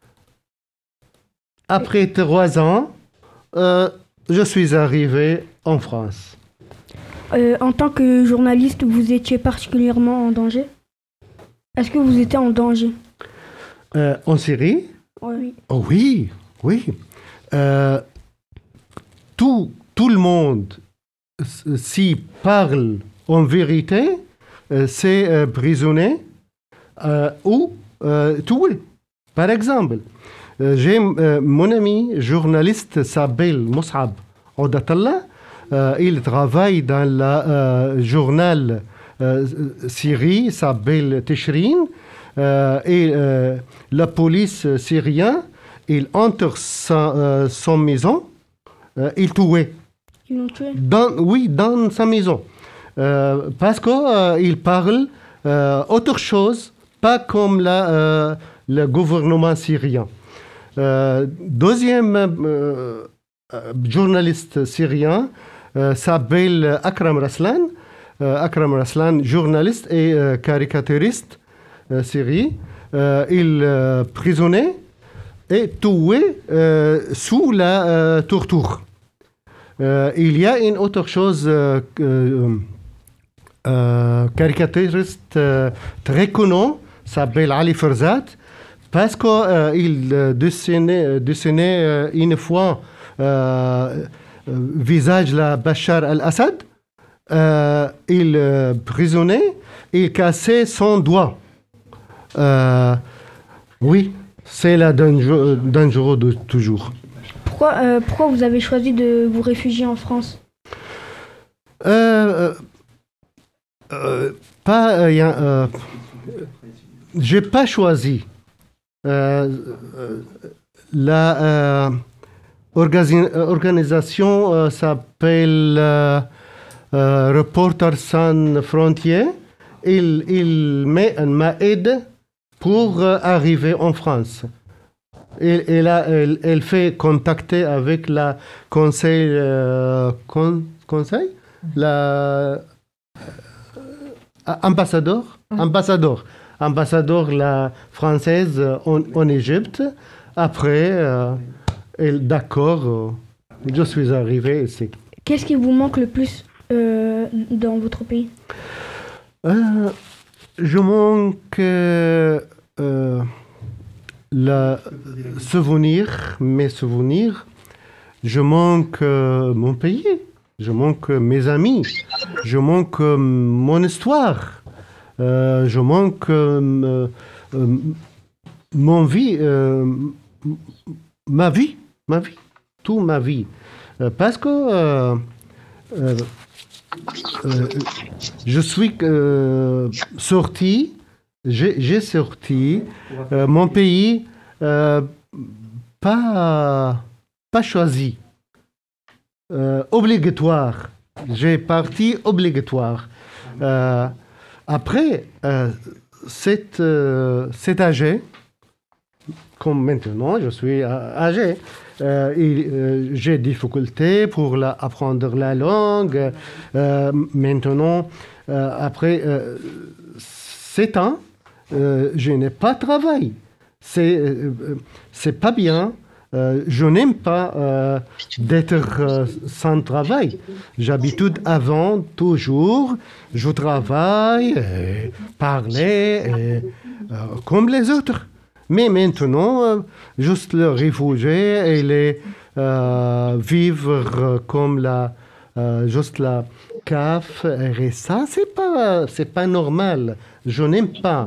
Après 3 ans, je suis arrivé en France. En tant que journaliste, vous étiez particulièrement en danger ? Est-ce que vous étiez en danger ? En Syrie ? Oui. Oh, oui, oui. Tout le monde, s'il parle en vérité, c'est prisonnier ou tué. Par exemple, j'ai mon ami journaliste s'appelle Moussab Oudatallah. Il travaille dans le journal Syrie, s'appelle Tishrin. Et la police syrienne, il entre son maison, il tuait. Ils l'ont tué ? Dans sa maison. Parce qu'il parle autre chose, pas comme le gouvernement syrien. Deuxième journaliste syrien s'appelle Akram Raslan. Akram Raslan, journaliste et caricaturiste syrien. Il est prisonnier est tué sous la torture. Il y a une autre chose caricaturiste très connu, s'appelle Ali Ferzat, parce qu'il dessinait une fois visage de Bachar al-Assad. Il prisonnait, il cassait son doigt. Oui, c'est la dangereux de toujours. Pourquoi vous avez choisi de vous réfugier en France? J'ai pas choisi. La organisation s'appelle Reporters sans frontières. Il m'a aidé pour arriver en France. Elle fait contacter avec la conseil la ambassadeur la française en Égypte. Après, d'accord, je suis arrivé ici. Qu'est-ce qui vous manque le plus dans votre pays? Je manque mes souvenirs. Je manque mon pays. Je manque mes amis. Je manque mon histoire. Je manque ma vie, toute ma vie. Parce que je suis sorti, j'ai sorti mon pays, pas choisi, obligatoire. J'ai parti obligatoire. Après, c'est âgé, comme maintenant, je suis âgé. J'ai des difficultés pour apprendre la langue. Maintenant, après 7 ans, je n'ai pas de travail. C'est pas bien. Je n'aime pas d'être sans travail. J'habitude avant, toujours, je travaille, parler, comme les autres. Mais maintenant, juste le réfugié et les vivre comme juste la CAF, RSA, c'est pas normal. Je n'aime pas.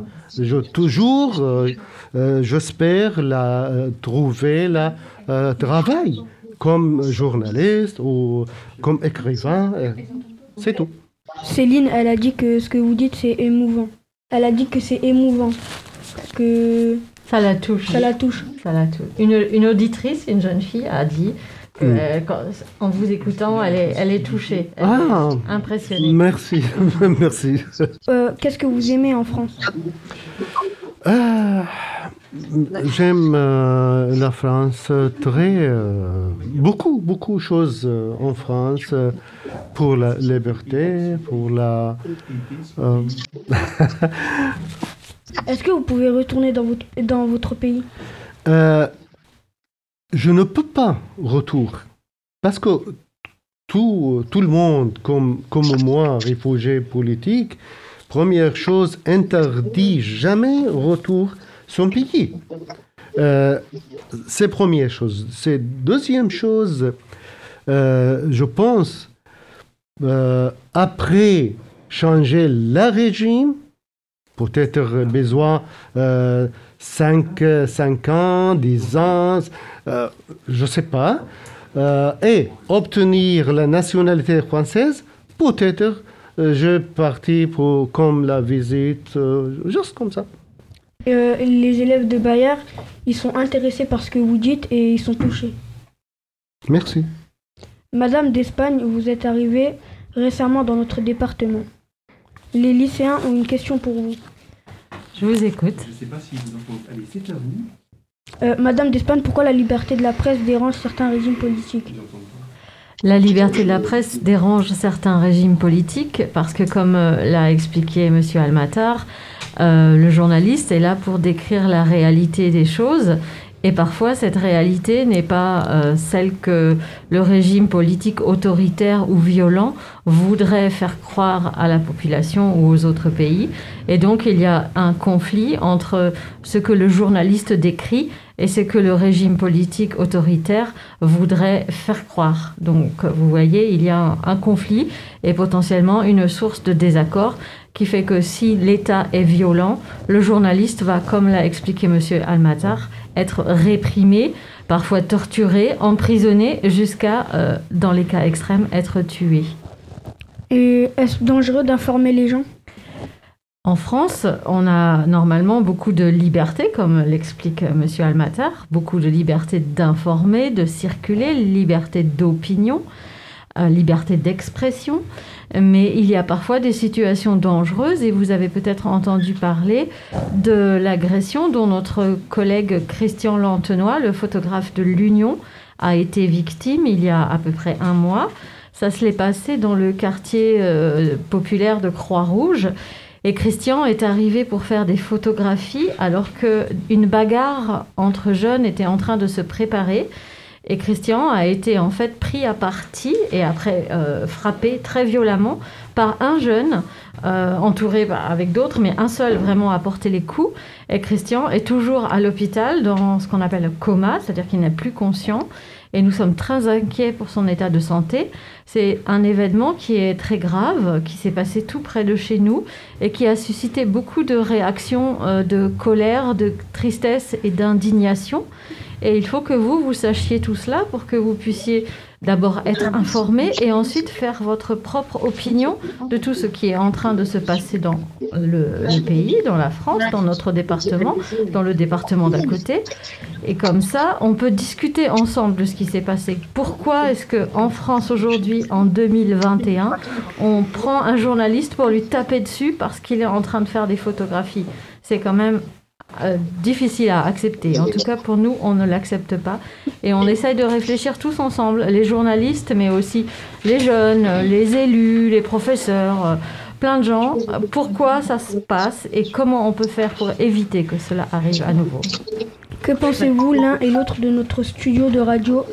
J'espère trouver le travail comme journaliste ou comme écrivain. C'est tout. Céline, elle a dit que ce que vous dites, c'est émouvant. Elle a dit que c'est émouvant. Que ça la touche. Ça la touche. Une auditrice, une jeune fille, a dit que en vous écoutant, elle est touchée. Elle est impressionnée. Merci. Merci. Qu'est-ce que vous aimez en France? J'aime la France beaucoup de choses en France pour la liberté, pour la... Est-ce que vous pouvez retourner dans votre pays? Je ne peux pas retourner parce que tout le monde, comme moi, réfugié politique, première chose, interdit jamais retour son pays. C'est première chose. C'est deuxième chose, je pense, après changer le régime, peut-être besoin 5 ans, 10 ans, je ne sais pas, et obtenir la nationalité française, peut-être je partis comme la visite, juste comme ça. Les élèves de Bayard, ils sont intéressés par ce que vous dites et ils sont touchés. Merci. Madame d'Espagne, vous êtes arrivée récemment dans notre département. Les lycéens ont une question pour vous. Je vous écoute. Je ne sais pas si vous entendez. Allez, c'est à vous. Madame d'Espagne, pourquoi la liberté de la presse dérange certains régimes politiques? La liberté de la presse dérange certains régimes politiques parce que, comme l'a expliqué M. Almatar, le journaliste est là pour décrire la réalité des choses Et parfois, cette réalité n'est pas celle que le régime politique autoritaire ou violent voudrait faire croire à la population ou aux autres pays. Et donc, il y a un conflit entre ce que le journaliste décrit et ce que le régime politique autoritaire voudrait faire croire. Donc, vous voyez, il y a un conflit et potentiellement une source de désaccord qui fait que si l'État est violent, le journaliste va, comme l'a expliqué M. Almatar, être réprimé, parfois torturé, emprisonné, jusqu'à, dans les cas extrêmes, être tué. Et est-ce dangereux d'informer les gens ? En France, on a normalement beaucoup de liberté, comme l'explique M. Almatar, beaucoup de liberté d'informer, de circuler, liberté d'opinion, liberté d'expression. Mais il y a parfois des situations dangereuses et vous avez peut-être entendu parler de l'agression dont notre collègue Christian Lantenois, le photographe de l'Union, a été victime il y a à peu près un mois. Ça se l'est passé dans le quartier populaire de Croix-Rouge. Et Christian est arrivé pour faire des photographies alors qu'une bagarre entre jeunes était en train de se préparer. Et Christian a été en fait pris à partie et après frappé très violemment par un jeune, entouré avec d'autres, mais un seul vraiment a porté les coups. Et Christian est toujours à l'hôpital dans ce qu'on appelle le coma, c'est-à-dire qu'il n'est plus conscient. Et nous sommes très inquiets pour son état de santé. C'est un événement qui est très grave, qui s'est passé tout près de chez nous et qui a suscité beaucoup de réactions de colère, de tristesse et d'indignation. Et il faut que vous sachiez tout cela pour que vous puissiez d'abord être informé et ensuite faire votre propre opinion de tout ce qui est en train de se passer dans le pays, dans la France, dans notre département, dans le département d'à côté. Et comme ça, on peut discuter ensemble de ce qui s'est passé. Pourquoi est-ce qu'en France aujourd'hui, en 2021, on prend un journaliste pour lui taper dessus parce qu'il est en train de faire des photographies ? C'est quand même difficile à accepter. En tout cas, pour nous, on ne l'accepte pas. Et on essaye de réfléchir tous ensemble, les journalistes, mais aussi les jeunes, les élus, les professeurs, plein de gens, pourquoi ça se passe et comment on peut faire pour éviter que cela arrive à nouveau. Que pensez-vous l'un et l'autre de notre studio de radio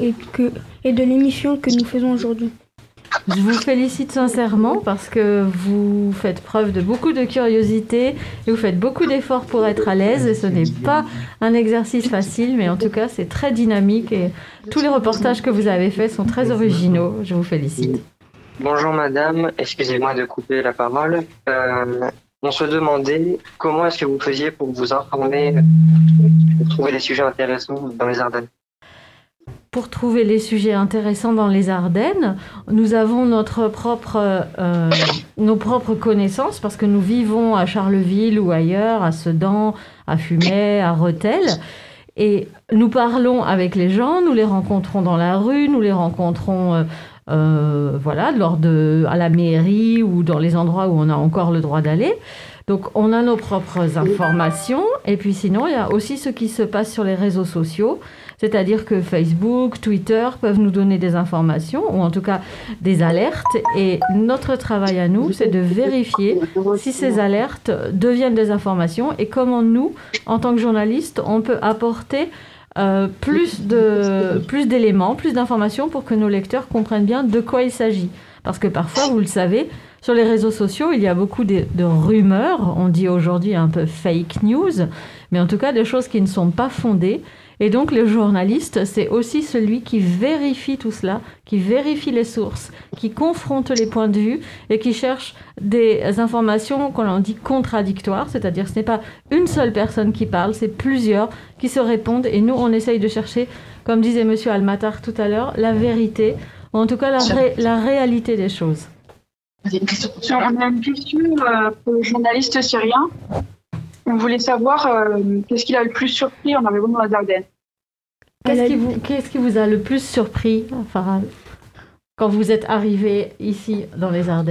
et de l'émission que nous faisons aujourd'hui ? Je vous félicite sincèrement parce que vous faites preuve de beaucoup de curiosité et vous faites beaucoup d'efforts pour être à l'aise et ce n'est pas un exercice facile, mais en tout cas c'est très dynamique et tous les reportages que vous avez faits sont très originaux. Je vous félicite. Bonjour madame, excusez-moi de couper la parole. On se demandait comment est-ce que vous faisiez pour vous informer, pour trouver des sujets intéressants dans les Ardennes. Pour trouver les sujets intéressants dans les Ardennes, nous avons nos propres connaissances parce que nous vivons à Charleville ou ailleurs, à Sedan, à Fumay, à Rethel. Et nous parlons avec les gens, nous les rencontrons dans la rue, nous les rencontrons à la mairie ou dans les endroits où on a encore le droit d'aller. Donc on a nos propres informations et puis sinon il y a aussi ce qui se passe sur les réseaux sociaux, c'est-à-dire que Facebook, Twitter peuvent nous donner des informations ou en tout cas des alertes et notre travail à nous c'est de vérifier si ces alertes deviennent des informations et comment nous, en tant que journalistes, on peut apporter plus d'éléments, plus d'informations pour que nos lecteurs comprennent bien de quoi il s'agit. Parce que parfois, vous le savez, sur les réseaux sociaux, il y a beaucoup de rumeurs, on dit aujourd'hui un peu fake news, mais en tout cas des choses qui ne sont pas fondées. Et donc le journaliste, c'est aussi celui qui vérifie tout cela, qui vérifie les sources, qui confronte les points de vue et qui cherche des informations qu'on dit contradictoires, c'est-à-dire ce n'est pas une seule personne qui parle, c'est plusieurs qui se répondent et nous on essaye de chercher, comme disait M. Almatar tout à l'heure, la vérité, ou en tout cas la réalité des choses. On a une question pour le journaliste syrien. On voulait savoir qu'est-ce qui l'a le plus surpris en arrivant dans les Ardennes. Qu'est-ce qui vous a le plus surpris, Farhad, quand vous êtes arrivé ici dans les Ardennes ?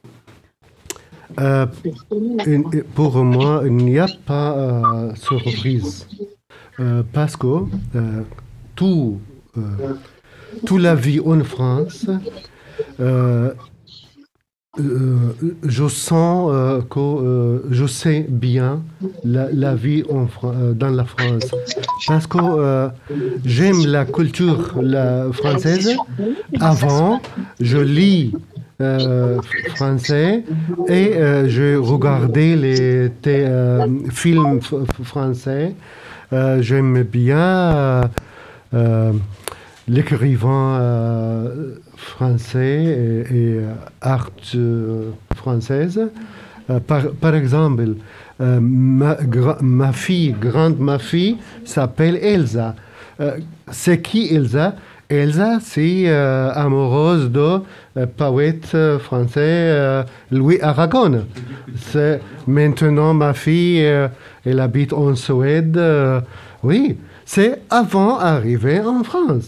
Pour moi, il n'y a pas de surprise. Parce que toute la vie en France je sens que je sais bien la vie dans la France. Parce que j'aime la culture française. Avant, je lis français et je regardais les films français. J'aime bien l'écrivain français et art française. Par exemple, ma fille s'appelle Elsa. C'est qui Elsa? Elsa, c'est amoureuse de poète français Louis Aragon. Maintenant, ma fille, elle habite en Suède. Oui, c'est avant d'arriver en France.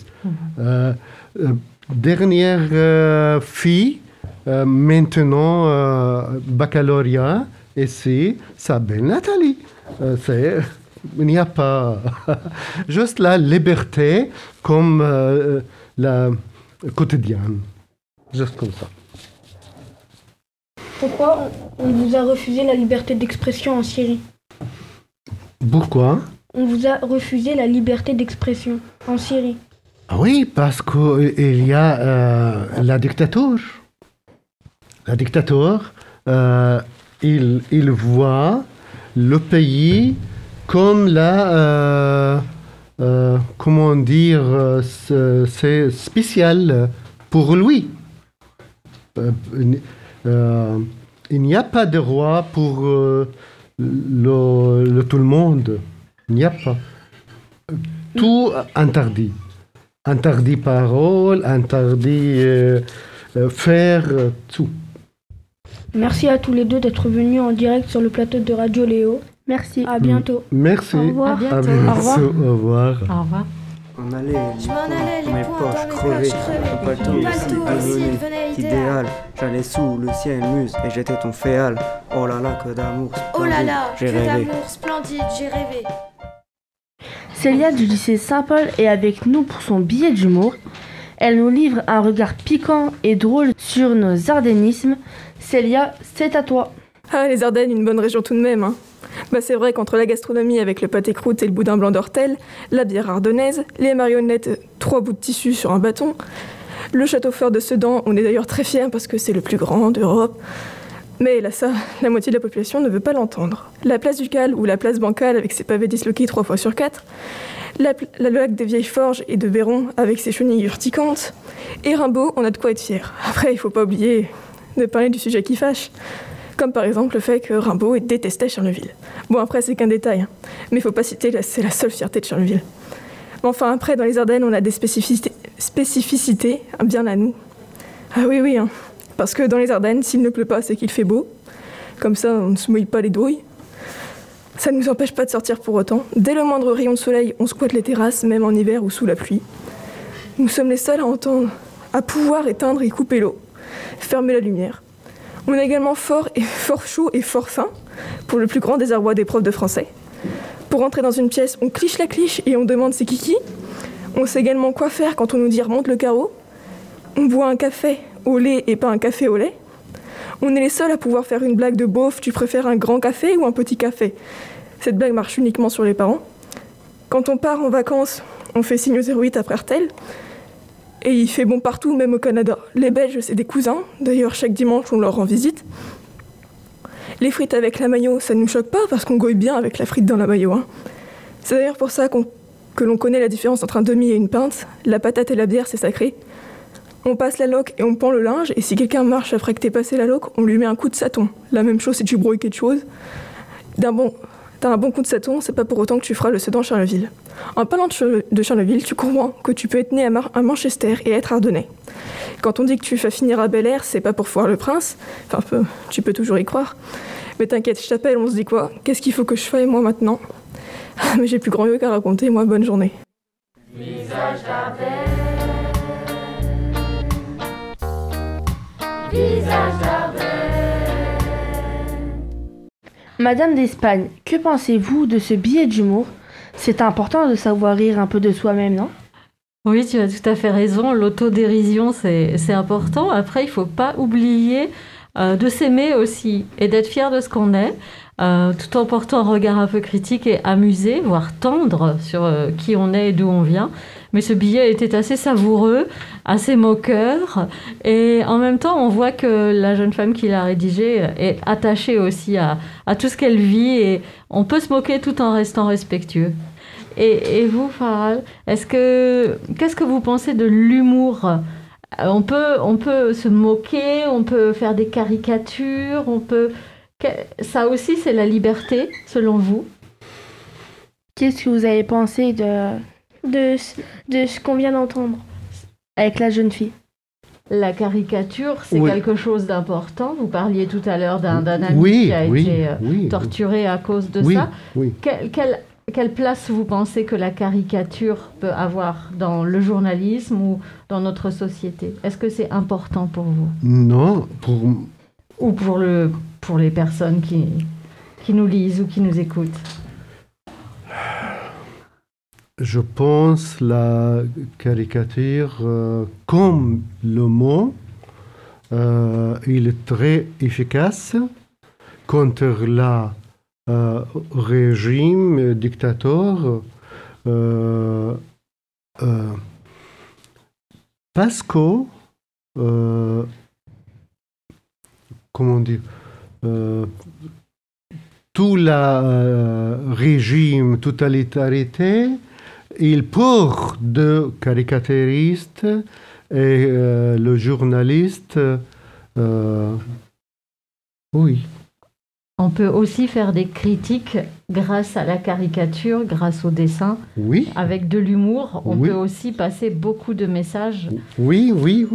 Dernière fille, maintenant baccalauréat, et c'est s'appelle Nathalie. Il n'y a pas juste la liberté comme la quotidienne, juste comme ça. Pourquoi on vous a refusé la liberté d'expression en Syrie? Pourquoi? On vous a refusé la liberté d'expression en Syrie. Oui, parce qu'il y a la dictature. La dictature, il voit le pays comme comment dire, c'est spécial pour lui. Il n'y a pas de roi pour tout le monde. Il n'y a pas. Tout interdit. Interdit parole, interdit faire tout. Merci à tous les deux d'être venus en direct sur le plateau de Radio Léo. Merci. À bientôt. Merci. Au revoir. À bientôt. Au revoir. Au revoir. On allait dans mes poches crevées, un paletot aussi désolé, idéal. J'allais sous le ciel muse et j'étais ton féal. Oh là là, que d'amour splendide, oh là là, j'ai que rêvé. d'amour splendide, j'ai rêvé. Célia du lycée Saint-Paul est avec nous pour son billet d'humour. Elle nous livre un regard piquant et drôle sur nos ardénismes. Célia, c'est à toi. Ah, les Ardennes, une bonne région tout de même, hein. Bah c'est vrai qu'entre la gastronomie avec le pâté croûte et le boudin blanc d'Ortel, la bière ardennaise, les marionnettes, 3 bouts de tissu sur un bâton, le château fort de Sedan, on est d'ailleurs très fiers parce que c'est le plus grand d'Europe. Mais là ça, la moitié de la population ne veut pas l'entendre. La place du Cal ou la place Bancal avec ses pavés disloqués 3 fois sur 4, le lac des Vieilles Forges et de Véron avec ses chenilles urticantes, et Rimbaud, on a de quoi être fier. Après, il faut pas oublier de parler du sujet qui fâche. Comme par exemple le fait que Rimbaud détestait Charleville. Bon, après, c'est qu'un détail, hein. Mais il faut pas citer, c'est la seule fierté de Charleville. Mais enfin, après, dans les Ardennes, on a des spécificités bien à nous. Ah oui, hein. Parce que dans les Ardennes, s'il ne pleut pas, c'est qu'il fait beau. Comme ça, on ne se mouille pas les douilles. Ça ne nous empêche pas de sortir pour autant. Dès le moindre rayon de soleil, on squatte les terrasses, même en hiver ou sous la pluie. Nous sommes les seuls à pouvoir éteindre et couper l'eau, fermer la lumière. On est également fort chaud et fort fin, pour le plus grand désarroi des profs de français. Pour entrer dans une pièce, on cliche la cliche et on demande c'est qui. On sait également quoi faire quand on nous dit remonte le carreau. On boit un café au lait et pas un café au lait. On est les seuls à pouvoir faire une blague de beauf, tu préfères un grand café ou un petit café? Cette blague marche uniquement sur les parents. Quand on part en vacances, on fait signe aux 08 après Artel. Et il fait bon partout, même au Canada. Les Belges, c'est des cousins. D'ailleurs, chaque dimanche, on leur rend visite. Les frites avec la mayo, ça ne nous choque pas parce qu'on gouille bien avec la frite dans la mayo, hein. C'est d'ailleurs pour ça que l'on connaît la différence entre un demi et une pinte. La patate et la bière, c'est sacré. On passe la loque et on pend le linge. Et si quelqu'un marche après que t'aies passé la loque, on lui met un coup de saton. La même chose si tu brouilles quelque chose. T'as un bon coup de saton, c'est pas pour autant que tu feras le Sedan Charleville. En parlant de Charleville, tu comprends que tu peux être né à Manchester et être ardennais. Quand on dit que tu vas finir à Bel Air, c'est pas pour foire le prince. Enfin, tu peux toujours y croire. Mais t'inquiète, je t'appelle, on se dit quoi? Qu'est-ce qu'il faut que je fasse moi maintenant? Mais j'ai plus grand mieux qu'à raconter, moi, bonne journée. Visage d'Ardenne, visage d'Ardenne. Madame d'Espagne, que pensez-vous de ce billet d'humour? C'est important de savoir rire un peu de soi-même, non? Oui, tu as tout à fait raison. L'autodérision, c'est important. Après, il ne faut pas oublier de s'aimer aussi et d'être fier de ce qu'on est, tout en portant un regard un peu critique et amusé, voire tendre sur qui on est et d'où on vient. Mais ce billet était assez savoureux, assez moqueur, et en même temps, on voit que la jeune femme qui l'a rédigé est attachée aussi à tout ce qu'elle vit, et on peut se moquer tout en restant respectueux. Et vous, Faral, qu'est-ce que vous pensez de l'humour ? On peut se moquer, on peut faire des caricatures, ça aussi, c'est la liberté, selon vous ? Qu'est-ce que vous avez pensé de ce qu'on vient d'entendre avec la jeune fille? La caricature, c'est quelque chose d'important. Vous parliez tout à l'heure d'un ami qui a été torturé à cause de ça. Oui. Quelle place vous pensez que la caricature peut avoir dans le journalisme ou dans notre société ? Est-ce que c'est important pour vous ? Non, ou pour les personnes qui nous lisent ou qui nous écoutent. Je pense la caricature, comme le mot, il est très efficace contre la régime dictateur parce que comment dire, tout le régime totalitarité, il porte de caricaturistes et le journaliste, oui. On peut aussi faire des critiques grâce à la caricature, grâce au dessin. Oui. Avec de l'humour, on peut aussi passer beaucoup de messages. Oui.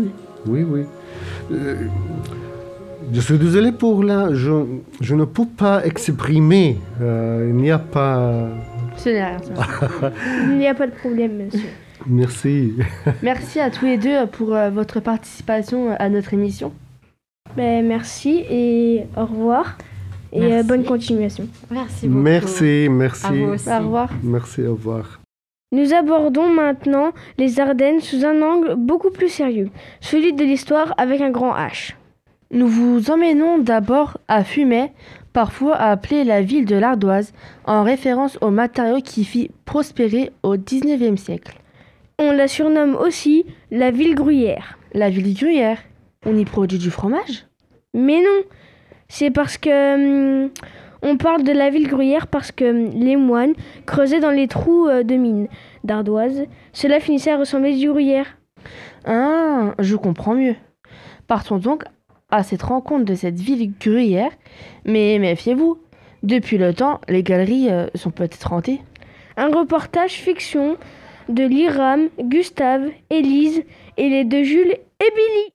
Je suis désolé pour là, je ne peux pas exprimer. Il n'y a pas... Ce n'est rien. Il n'y a pas de problème, monsieur. Merci. Merci à tous les deux pour votre participation à notre émission. Merci et au revoir. Et bonne continuation. Merci beaucoup. Merci. À vous aussi. Au revoir. Merci, au revoir. Nous abordons maintenant les Ardennes sous un angle beaucoup plus sérieux, celui de l'histoire avec un grand H. Nous vous emmenons d'abord à Fumay, parfois appelée la ville de l'ardoise, en référence au matériau qui fit prospérer au XIXe siècle. On la surnomme aussi la ville gruyère. La ville gruyère ? On y produit du fromage ? Mais non, c'est parce que on parle de la ville gruyère parce que les moines creusaient dans les trous de mines d'ardoise. Cela finissait à ressembler du gruyère. Ah, je comprends mieux. Partons donc à cette rencontre de cette ville gruyère. Mais méfiez-vous, depuis le temps, les galeries sont peut-être hantées. Un reportage fiction de Lyram, Gustave, Élise et les deux Jules et Billy.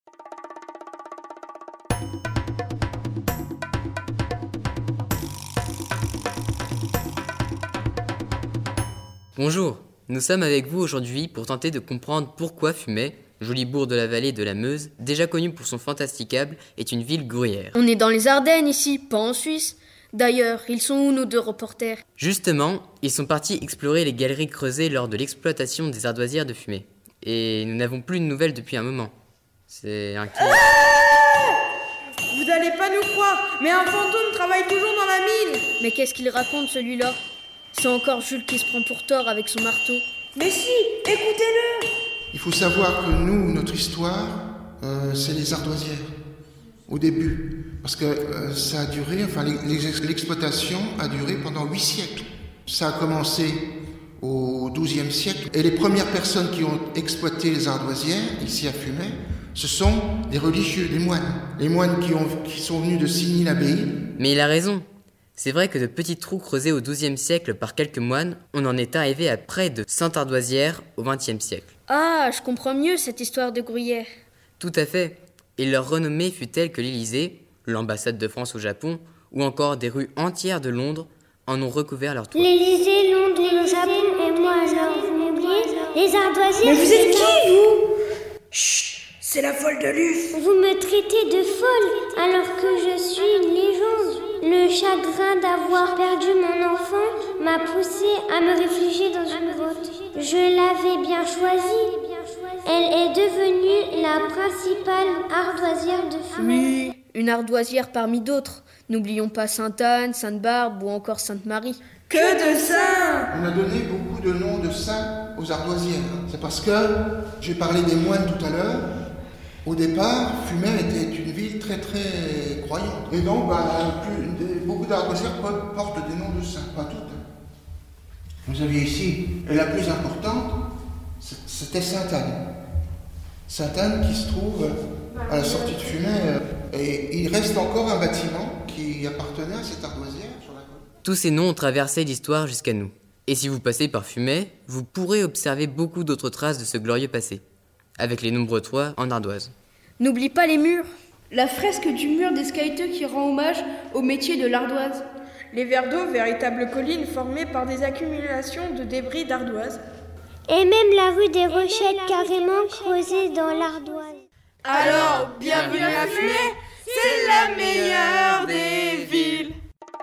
Bonjour, nous sommes avec vous aujourd'hui pour tenter de comprendre pourquoi Fumay, jolie bourg de la vallée de la Meuse, déjà connue pour son fantasticable, est une ville gruyère. On est dans les Ardennes ici, pas en Suisse. D'ailleurs, ils sont où nos deux reporters ? Justement, ils sont partis explorer les galeries creusées lors de l'exploitation des ardoisières de Fumay. Et nous n'avons plus de nouvelles depuis un moment. C'est inquiétant. Vous n'allez pas nous croire, mais un fantôme travaille toujours dans la mine. Mais qu'est-ce qu'il raconte celui-là ? C'est encore Jules qui se prend pour tort avec son marteau. Mais si, écoutez-le. Il faut savoir que nous, notre histoire, c'est les ardoisières, au début. Parce que ça a duré, enfin l'exploitation a duré pendant 8 siècles. Ça a commencé au XIIe siècle. Et les premières personnes qui ont exploité les ardoisières, ici à Fumay, ce sont des religieux, des moines. Les moines qui sont venus de Signy-l'Abbaye. Mais il a raison. C'est vrai que de petits trous creusés au XIIe siècle par quelques moines, on en est arrivé à près de 100 ardoisières au XXe siècle. Ah, je comprends mieux cette histoire de gruyère. Tout à fait. Et leur renommée fut telle que l'Élysée, l'ambassade de France au Japon, ou encore des rues entières de Londres en ont recouvert leur toit. L'Élysée, Londres et le Japon, et moi alors, vous m'oubliez ? Les ardoisières... Mais vous êtes qui, vous ? Chut, c'est la folle de Luce. Vous me traitez de folle alors que je suis une légende. Le chagrin d'avoir perdu mon enfant m'a poussé à me réfugier dans une grotte. Je l'avais bien choisie. Elle est devenue la principale ardoisière de Fumay. Oui, une ardoisière parmi d'autres. N'oublions pas Sainte-Anne, Sainte-Barbe ou encore Sainte-Marie. Que de saints! On a donné beaucoup de noms de saints aux ardoisières. C'est parce que, j'ai parlé des moines tout à l'heure, au départ, Fumay était une ville très très croyante. Et donc, beaucoup d'ardoisières portent des noms de saints, pas toutes. Vous aviez ici, et la plus importante, c'était Sainte-Anne. Sainte-Anne qui se trouve à la sortie de Fumay. Et il reste encore un bâtiment qui appartenait à cette ardoisière sur la côte. Tous ces noms ont traversé l'histoire jusqu'à nous. Et si vous passez par Fumay, vous pourrez observer beaucoup d'autres traces de ce glorieux passé, avec les nombreux toits en ardoise. N'oublie pas les murs. La fresque du mur des Skyteux qui rend hommage au métier de l'ardoise. Les vers d'eau, véritables collines formées par des accumulations de débris d'ardoise. Et même la rue des Rochettes carrément creusée dans l'ardoise. Alors, bienvenue à Fumay, c'est la meilleure des villes.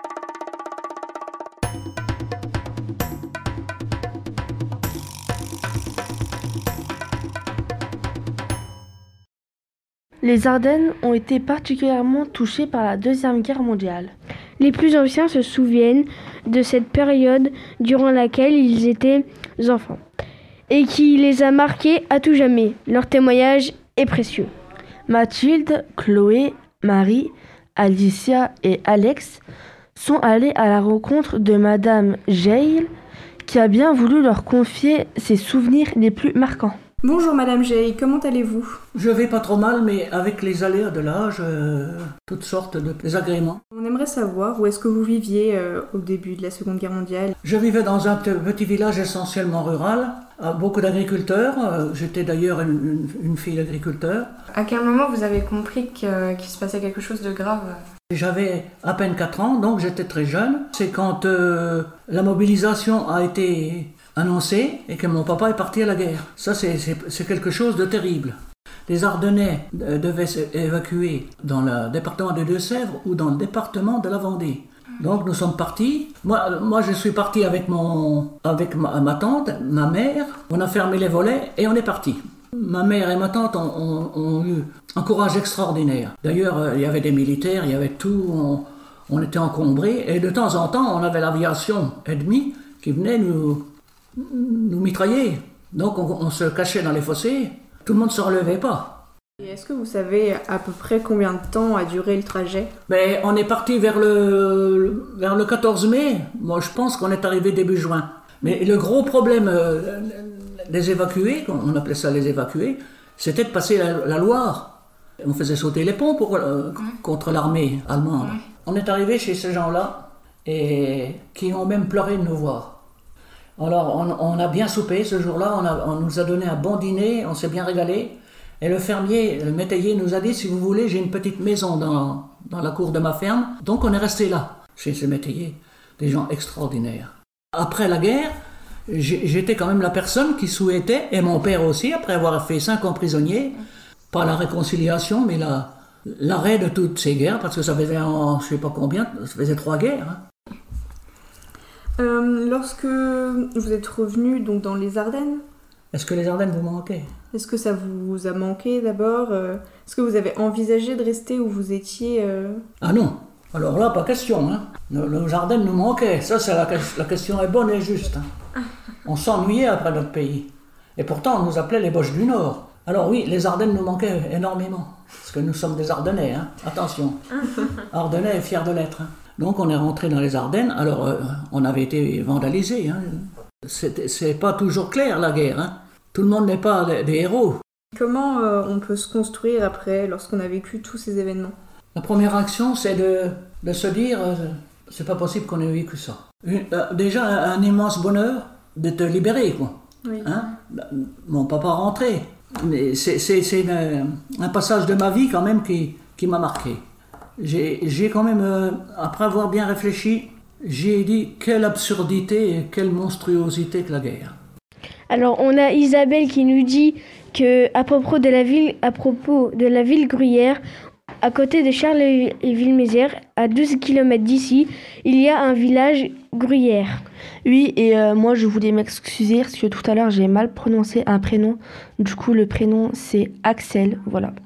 Les Ardennes ont été particulièrement touchées par la Deuxième Guerre mondiale. Les plus anciens se souviennent de cette période durant laquelle ils étaient enfants et qui les a marqués à tout jamais. Leur témoignage est précieux. Mathilde, Chloé, Marie, Alicia et Alex sont allés à la rencontre de Madame Geil qui a bien voulu leur confier ses souvenirs les plus marquants. Bonjour Madame Geil, comment allez-vous ? Je vais pas trop mal, mais avec les aléas de l'âge, toutes sortes de désagréments. On aimerait savoir où est-ce que vous viviez au début de la Seconde Guerre mondiale. Je vivais dans un petit village essentiellement rural, beaucoup d'agriculteurs. J'étais d'ailleurs une fille d'agriculteur. À quel moment vous avez compris qu'il se passait quelque chose de grave ? J'avais à peine 4 ans, donc j'étais très jeune. C'est quand la mobilisation a été annoncé et que mon papa est parti à la guerre. Ça, c'est quelque chose de terrible. Les Ardennais devaient s'évacuer dans le département des Deux-Sèvres ou dans le département de la Vendée. Donc nous sommes partis. Moi je suis parti avec ma tante, ma mère. On a fermé les volets et on est parti. Ma mère et ma tante ont eu un courage extraordinaire. D'ailleurs, il y avait des militaires, il y avait tout. On était encombrés et de temps en temps, on avait l'aviation ennemie qui venait nous mitrailler. Donc on se cachait dans les fossés, tout le monde ne se relevait pas. Et est-ce que vous savez à peu près combien de temps a duré le trajet ? On est parti vers le 14 mai, moi je pense qu'on est arrivé début juin. Mais le gros problème des évacués, on appelait ça les évacués, c'était de passer la Loire. On faisait sauter les ponts contre l'armée allemande. On est arrivé chez ces gens-là et qui ont même pleuré de nous voir. Alors on a bien soupé ce jour-là, on nous a donné un bon dîner, on s'est bien régalé. Et le fermier, le métayer nous a dit, si vous voulez, j'ai une petite maison dans la cour de ma ferme. Donc on est resté là, chez ce métayer, des gens extraordinaires. Après la guerre, j'étais quand même la personne qui souhaitait, et mon père aussi, après avoir fait 5 ans prisonnier, pas la réconciliation, mais l'arrêt de toutes ces guerres, parce que ça faisait, je sais pas combien, ça faisait 3 guerres. Lorsque vous êtes revenu donc dans les Ardennes, est-ce que les Ardennes vous manquaient ? Est-ce que ça vous a manqué d'abord ? Est-ce que vous avez envisagé de rester où vous étiez Ah non, alors là, pas question. Hein. Nos Ardennes nous manquaient. Ça, la question est bonne et juste. Hein. On s'ennuyait après notre pays. Et pourtant, on nous appelait les Boches du Nord. Alors oui, les Ardennes nous manquaient énormément. Parce que nous sommes des Ardennais, hein. Attention. Ardennais est fiers de l'être. Hein. Donc on est rentré dans les Ardennes. Alors, on avait été vandalisés. Hein. C'est pas toujours clair, la guerre. Hein. Tout le monde n'est pas des héros. Comment on peut se construire après, lorsqu'on a vécu tous ces événements ? La première action, c'est de se dire, c'est pas possible qu'on ait vécu ça. Déjà, un immense bonheur de te libérer, quoi. Oui. Hein ? Mon papa rentré. Mais c'est un passage de ma vie, quand même, qui m'a marqué. J'ai quand même, après avoir bien réfléchi, j'ai dit quelle absurdité et quelle monstruosité que la guerre. Alors on a Isabelle qui nous dit que à propos de la ville Gruyère, à côté de Charleville-Mézières, à 12 km d'ici, il y a un village Gruyère. Oui, et moi je voulais m'excuser parce que tout à l'heure j'ai mal prononcé un prénom. Du coup le prénom c'est Axel, voilà.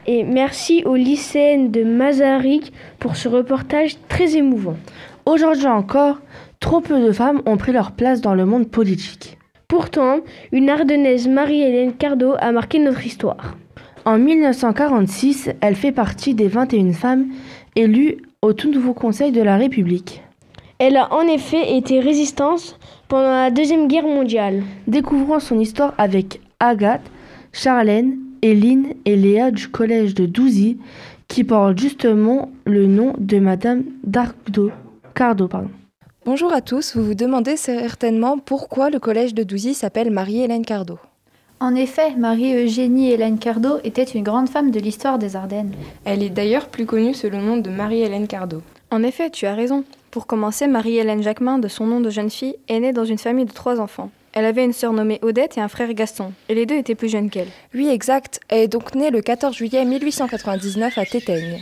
Et merci aux lycéennes de Masaryk pour ce reportage très émouvant. Aujourd'hui encore, trop peu de femmes ont pris leur place dans le monde politique. Pourtant, une Ardennaise, Marie-Hélène Cardot, a marqué notre histoire. En 1946, elle fait partie des 21 femmes élues au tout nouveau Conseil de la République. Elle a en effet été résistante pendant la Deuxième Guerre mondiale. Découvrons son histoire avec Agathe, Charlène, Éline et Léa du collège de Douzy, qui porte justement le nom de Madame Cardot. Bonjour à tous, vous vous demandez certainement pourquoi le collège de Douzy s'appelle Marie-Hélène Cardot. En effet, Marie-Eugénie Hélène Cardot était une grande femme de l'histoire des Ardennes. Elle est d'ailleurs plus connue sous le nom de Marie-Hélène Cardot. En effet, tu as raison. Pour commencer, Marie-Hélène Jacquemin, de son nom de jeune fille, est née dans une famille de 3 enfants. Elle avait une sœur nommée Odette et un frère Gaston, et les deux étaient plus jeunes qu'elle. Oui, exact. Elle est donc née le 14 juillet 1899 à Tétaigne.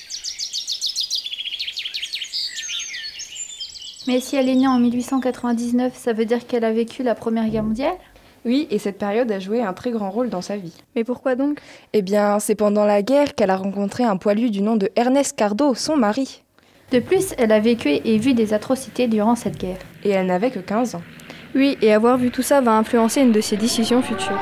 Mais si elle est née en 1899, ça veut dire qu'elle a vécu la Première Guerre mondiale ? Oui, et cette période a joué un très grand rôle dans sa vie. Mais pourquoi donc ? Eh bien, c'est pendant la guerre qu'elle a rencontré un poilu du nom de Ernest Cardot, son mari. De plus, elle a vécu et vu des atrocités durant cette guerre. Et elle n'avait que 15 ans. Oui, et avoir vu tout ça va influencer une de ses décisions futures.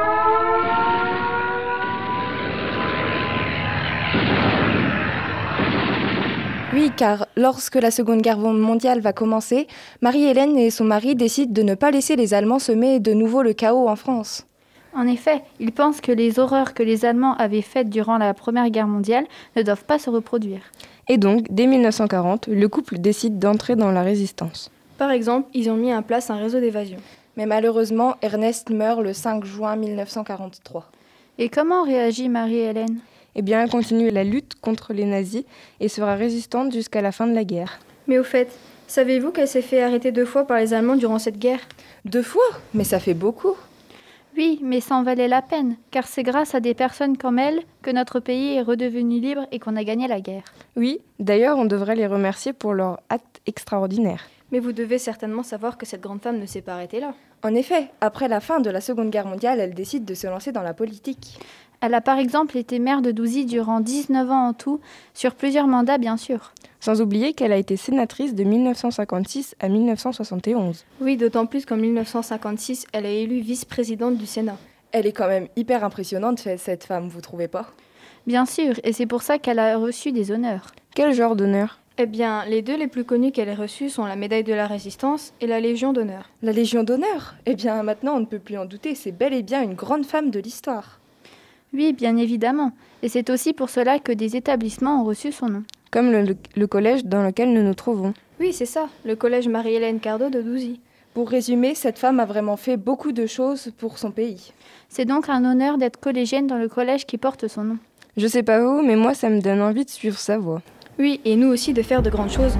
Oui, car lorsque la Seconde Guerre mondiale va commencer, Marie-Hélène et son mari décident de ne pas laisser les Allemands semer de nouveau le chaos en France. En effet, ils pensent que les horreurs que les Allemands avaient faites durant la Première Guerre mondiale ne doivent pas se reproduire. Et donc, dès 1940, le couple décide d'entrer dans la résistance. Par exemple, ils ont mis en place un réseau d'évasion. Mais malheureusement, Ernest meurt le 5 juin 1943. Et comment réagit Marie-Hélène ? Eh bien, elle continue la lutte contre les nazis et sera résistante jusqu'à la fin de la guerre. Mais au fait, savez-vous qu'elle s'est fait arrêter 2 fois par les Allemands durant cette guerre ? 2 fois ? Mais ça fait beaucoup. Oui, mais ça en valait la peine, car c'est grâce à des personnes comme elle que notre pays est redevenu libre et qu'on a gagné la guerre. Oui, d'ailleurs, on devrait les remercier pour leur acte extraordinaire. Mais vous devez certainement savoir que cette grande femme ne s'est pas arrêtée là. En effet, après la fin de la Seconde Guerre mondiale, elle décide de se lancer dans la politique. Elle a par exemple été maire de Douzy durant 19 ans en tout, sur plusieurs mandats bien sûr. Sans oublier qu'elle a été sénatrice de 1956 à 1971. Oui, d'autant plus qu'en 1956, elle est élue vice-présidente du Sénat. Elle est quand même hyper impressionnante, cette femme, vous trouvez pas ? Bien sûr, et c'est pour ça qu'elle a reçu des honneurs. Quel genre d'honneur ? Eh bien, les 2 les plus connus qu'elle ait reçus sont la médaille de la Résistance et la Légion d'honneur. La Légion d'honneur ? Eh bien, maintenant, on ne peut plus en douter, c'est bel et bien une grande femme de l'histoire. Oui, bien évidemment. Et c'est aussi pour cela que des établissements ont reçu son nom. Comme le collège dans lequel nous nous trouvons. Oui, c'est ça, le collège Marie-Hélène Cardot de Douzy. Pour résumer, cette femme a vraiment fait beaucoup de choses pour son pays. C'est donc un honneur d'être collégienne dans le collège qui porte son nom. Je sais pas vous, mais moi ça me donne envie de suivre sa voie. Oui, et nous aussi de faire de grandes choses.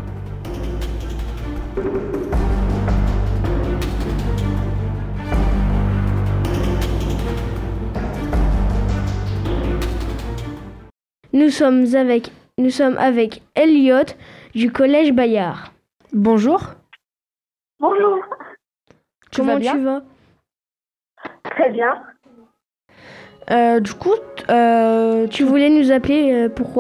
Nous sommes avec Elliot du collège Bayard. Bonjour. Bonjour. Comment tu vas ? Très bien. Du coup, tu voulais nous appeler pourquoi ?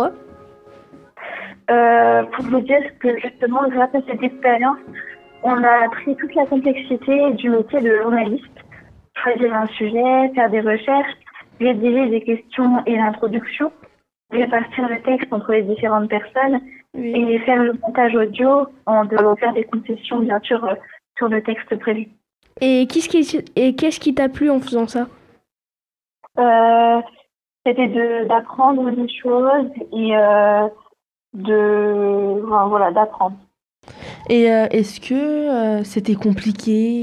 Pour vous dire que justement, grâce à cette expérience, on a appris toute la complexité du métier de journaliste. Choisir un sujet, faire des recherches, rédiger des questions et l'introduction, répartir le texte entre les différentes personnes et faire le montage audio en devant faire des concessions, bien sûr, sur le texte prévu. Et qu'est-ce qui t'a plu en faisant ça ? C'était d'apprendre des choses et d'apprendre. Et est-ce que c'était compliqué ?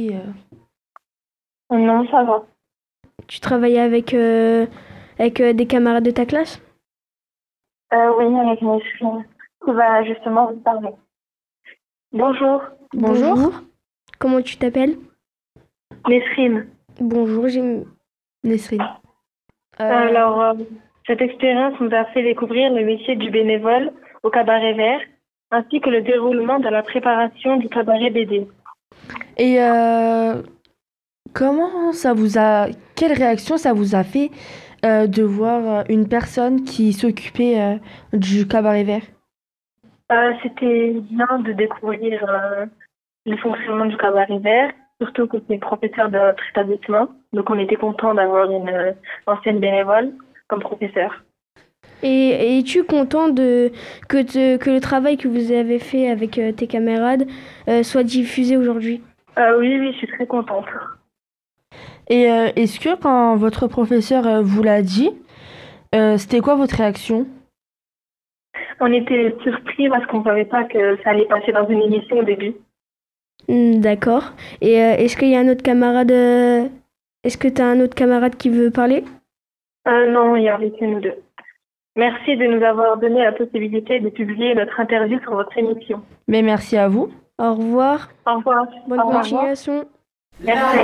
Non, ça va. Tu travaillais avec des camarades de ta classe ? Oui, avec Nesrine, qui va justement vous parler. Bonjour. Bonjour. Comment tu t'appelles ? Nesrine. Bonjour, j'ai Nesrine. Alors, cette expérience nous a fait découvrir le métier du bénévole au Cabaret Vert, ainsi que le déroulement de la préparation du cabaret BD. Et comment ça vous a... Quelle réaction ça vous a fait de voir une personne qui s'occupait du cabaret vert? C'était bien de découvrir le fonctionnement du cabaret vert, surtout que c'est professeur de notre établissement. Donc on était content d'avoir une ancienne bénévole comme professeur. Et es-tu content que le travail que vous avez fait avec tes camarades soit diffusé aujourd'hui? Oui, je suis très contente. Et est-ce que quand votre professeur vous l'a dit, c'était quoi votre réaction? On était surpris parce qu'on ne savait pas que ça allait passer dans une émission au début. D'accord. Et est-ce qu'il y a un autre camarade Est-ce que tu as un autre camarade qui veut parler? Non, il n'y avait que nous deux. Merci de nous avoir donné la possibilité de publier notre interview sur votre émission. Mais merci à vous. Au revoir. Au revoir. Bonne continuation. Merci.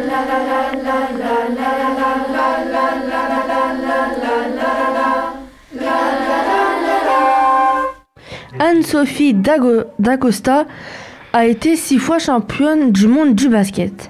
Anne-Sophie D'Acosta a été 6 fois championne du monde du basket.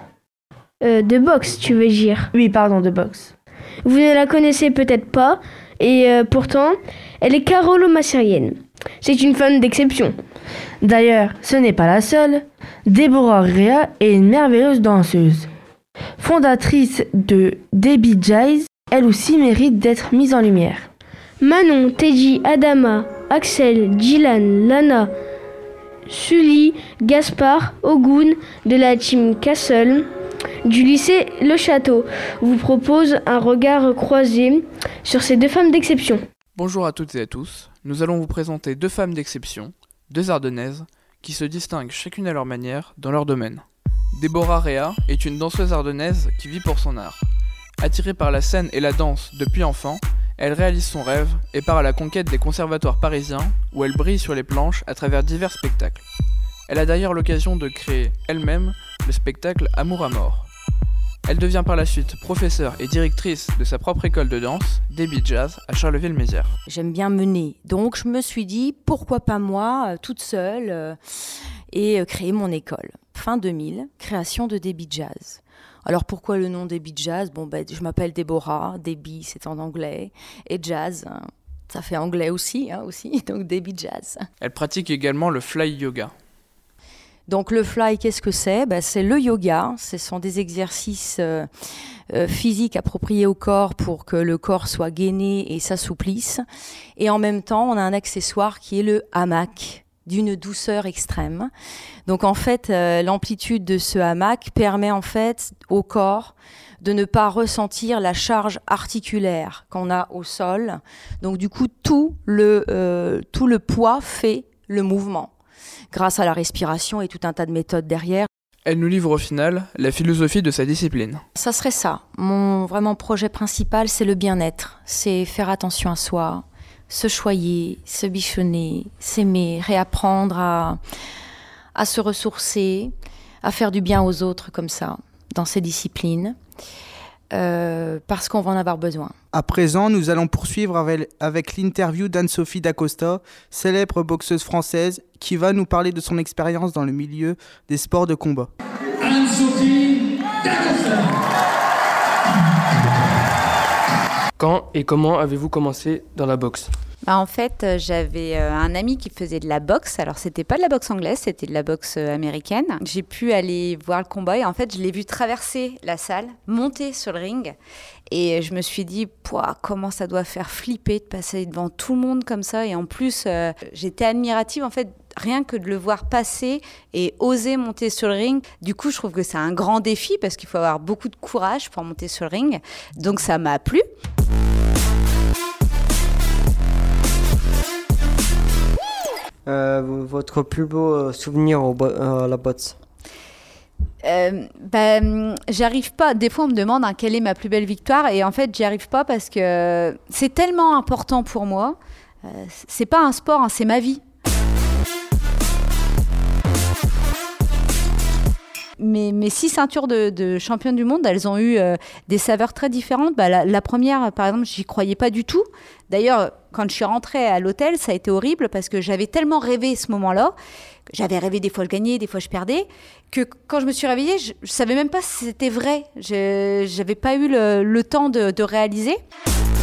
De boxe, tu veux dire? Oui, pardon, de boxe. Vous ne la connaissez peut-être pas, et pourtant, elle est carolo-massérienne. C'est une femme d'exception. D'ailleurs, ce n'est pas la seule. Deborah Rea est une merveilleuse danseuse. Fondatrice de Debbie Jazz, elle aussi mérite d'être mise en lumière. Manon, Teddy, Adama, Axel, Dylan, Lana, Sully, Gaspard, Ogun de la team Castle du lycée Le Château vous propose un regard croisé sur ces deux femmes d'exception. Bonjour à toutes et à tous, nous allons vous présenter deux femmes d'exception, deux ardennaises, qui se distinguent chacune à leur manière dans leur domaine. Deborah Rea est une danseuse ardennaise qui vit pour son art. Attirée par la scène et la danse depuis enfant, elle réalise son rêve et part à la conquête des conservatoires parisiens où elle brille sur les planches à travers divers spectacles. Elle a d'ailleurs l'occasion de créer elle-même le spectacle Amour à mort. Elle devient par la suite professeure et directrice de sa propre école de danse, Debbie Jazz, à Charleville-Mézières. J'aime bien mener, donc je me suis dit pourquoi pas moi, toute seule, et créer mon école. Fin 2000, création de Debbie Jazz. Alors pourquoi le nom Debbie Jazz? Je m'appelle Deborah, Debbie c'est en anglais, et Jazz, ça fait anglais aussi, donc Debbie Jazz. Elle pratique également le fly yoga. Donc le fly, qu'est-ce que c'est? C'est le yoga, ce sont des exercices physiques appropriés au corps pour que le corps soit gainé et s'assouplisse. Et en même temps, on a un accessoire qui est le hamac, d'une douceur extrême. Donc en fait, l'amplitude de ce hamac permet en fait au corps de ne pas ressentir la charge articulaire qu'on a au sol. Donc du coup, tout le poids fait le mouvement, grâce à la respiration et tout un tas de méthodes derrière. Elle nous livre au final la philosophie de sa discipline. Ça serait ça. Mon vraiment projet principal, c'est le bien-être. C'est faire attention à soi, se choyer, se bichonner, s'aimer, réapprendre à se ressourcer, à faire du bien aux autres comme ça, dans ces disciplines, parce qu'on va en avoir besoin. À présent, nous allons poursuivre avec l'interview d'Anne-Sophie D'Acosta, célèbre boxeuse française, qui va nous parler de son expérience dans le milieu des sports de combat. Anne-Sophie D'Acosta. Quand et comment avez-vous commencé dans la boxe ? En fait, j'avais un ami qui faisait de la boxe. Alors, c'était pas de la boxe anglaise, c'était de la boxe américaine. J'ai pu aller voir le combat et en fait, je l'ai vu traverser la salle, monter sur le ring. Et je me suis dit, comment ça doit faire flipper de passer devant tout le monde comme ça. Et en plus, j'étais admirative, en fait, rien que de le voir passer et oser monter sur le ring. Du coup, je trouve que c'est un grand défi parce qu'il faut avoir beaucoup de courage pour monter sur le ring. Donc, ça m'a plu. Votre plus beau souvenir à la boxe? J'arrive pas. Des fois, on me demande quelle est ma plus belle victoire, et en fait, j'y arrive pas parce que c'est tellement important pour moi. C'est pas un sport, c'est ma vie. Mes 6 ceintures de championne du monde, elles ont eu des saveurs très différentes. La première, par exemple, j'y croyais pas du tout. D'ailleurs, quand je suis rentrée à l'hôtel, ça a été horrible parce que j'avais tellement rêvé ce moment-là. J'avais rêvé des fois je gagnais, des fois je perdais, que quand je me suis réveillée, je savais même pas si c'était vrai. J'avais pas eu le temps de réaliser.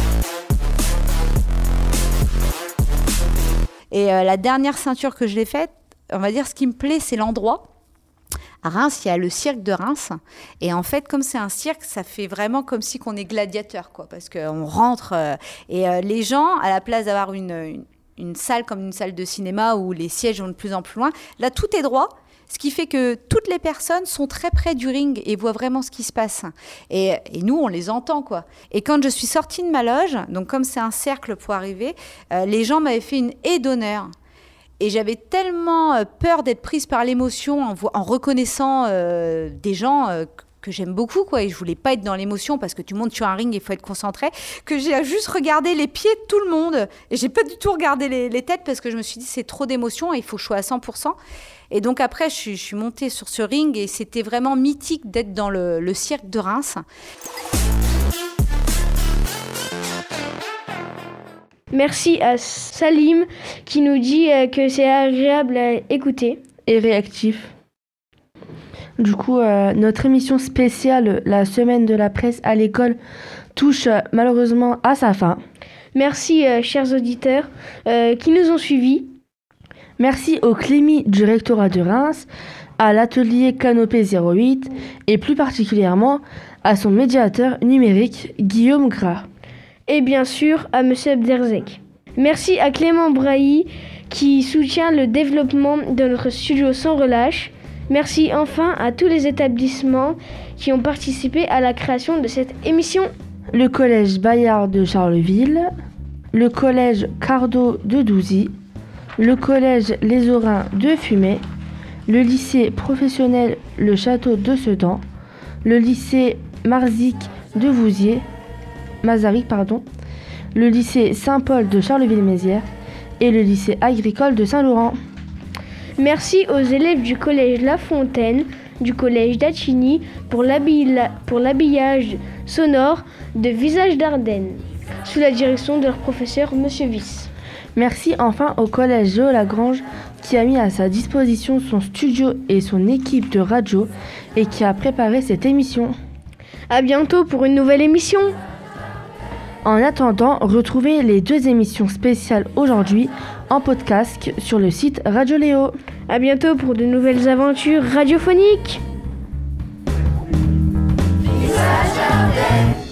Et la dernière ceinture que je l'ai faite, on va dire ce qui me plaît, c'est l'endroit. À Reims, il y a le cirque de Reims. Et en fait, comme c'est un cirque, ça fait vraiment comme si qu'on est gladiateur, quoi. Parce qu'on rentre et les gens, à la place d'avoir une salle comme une salle de cinéma où les sièges vont de plus en plus loin, là, tout est droit. Ce qui fait que toutes les personnes sont très près du ring et voient vraiment ce qui se passe. Et nous, on les entend, quoi. Et quand je suis sortie de ma loge, donc comme c'est un cercle pour arriver, les gens m'avaient fait une haie d'honneur. Et j'avais tellement peur d'être prise par l'émotion en reconnaissant des gens que j'aime beaucoup, quoi. Et je voulais pas être dans l'émotion parce que tu montes sur un ring, il faut être concentré, que j'ai juste regardé les pieds de tout le monde. Et j'ai pas du tout regardé les têtes parce que je me suis dit c'est trop d'émotion et il faut que je sois à 100%. Et donc après, je suis montée sur ce ring et c'était vraiment mythique d'être dans le cirque de Reims. Merci à Salim qui nous dit que c'est agréable à écouter. Et réactif. Du coup, notre émission spéciale, la semaine de la presse à l'école, touche malheureusement à sa fin. Merci, chers auditeurs qui nous ont suivis. Merci au Clémy du rectorat de Reims, à l'atelier Canopée 08 et plus particulièrement à son médiateur numérique Guillaume Gras. Et bien sûr à M. Abderzek. Merci à Clément Brailly qui soutient le développement de notre studio sans relâche. Merci enfin à tous les établissements qui ont participé à la création de cette émission. Le collège Bayard de Charleville, le collège Cardo de Douzy, le collège Les Orins de Fumay, le lycée professionnel Le Château de Sedan, le lycée Marzic de Vouziers, Mazarik, le lycée Saint-Paul de Charleville-Mézières et le lycée agricole de Saint-Laurent. Merci aux élèves du collège La Fontaine, du collège d'Atchigny pour l'habillage sonore de Visage d'Ardennes, sous la direction de leur professeur Monsieur Viss. Merci enfin au collège Géo Lagrange qui a mis à sa disposition son studio et son équipe de radio et qui a préparé cette émission. À bientôt pour une nouvelle émission. En attendant, retrouvez les 2 émissions spéciales aujourd'hui en podcast sur le site Radio Léo. À bientôt pour de nouvelles aventures radiophoniques. Visage d'Ardennes.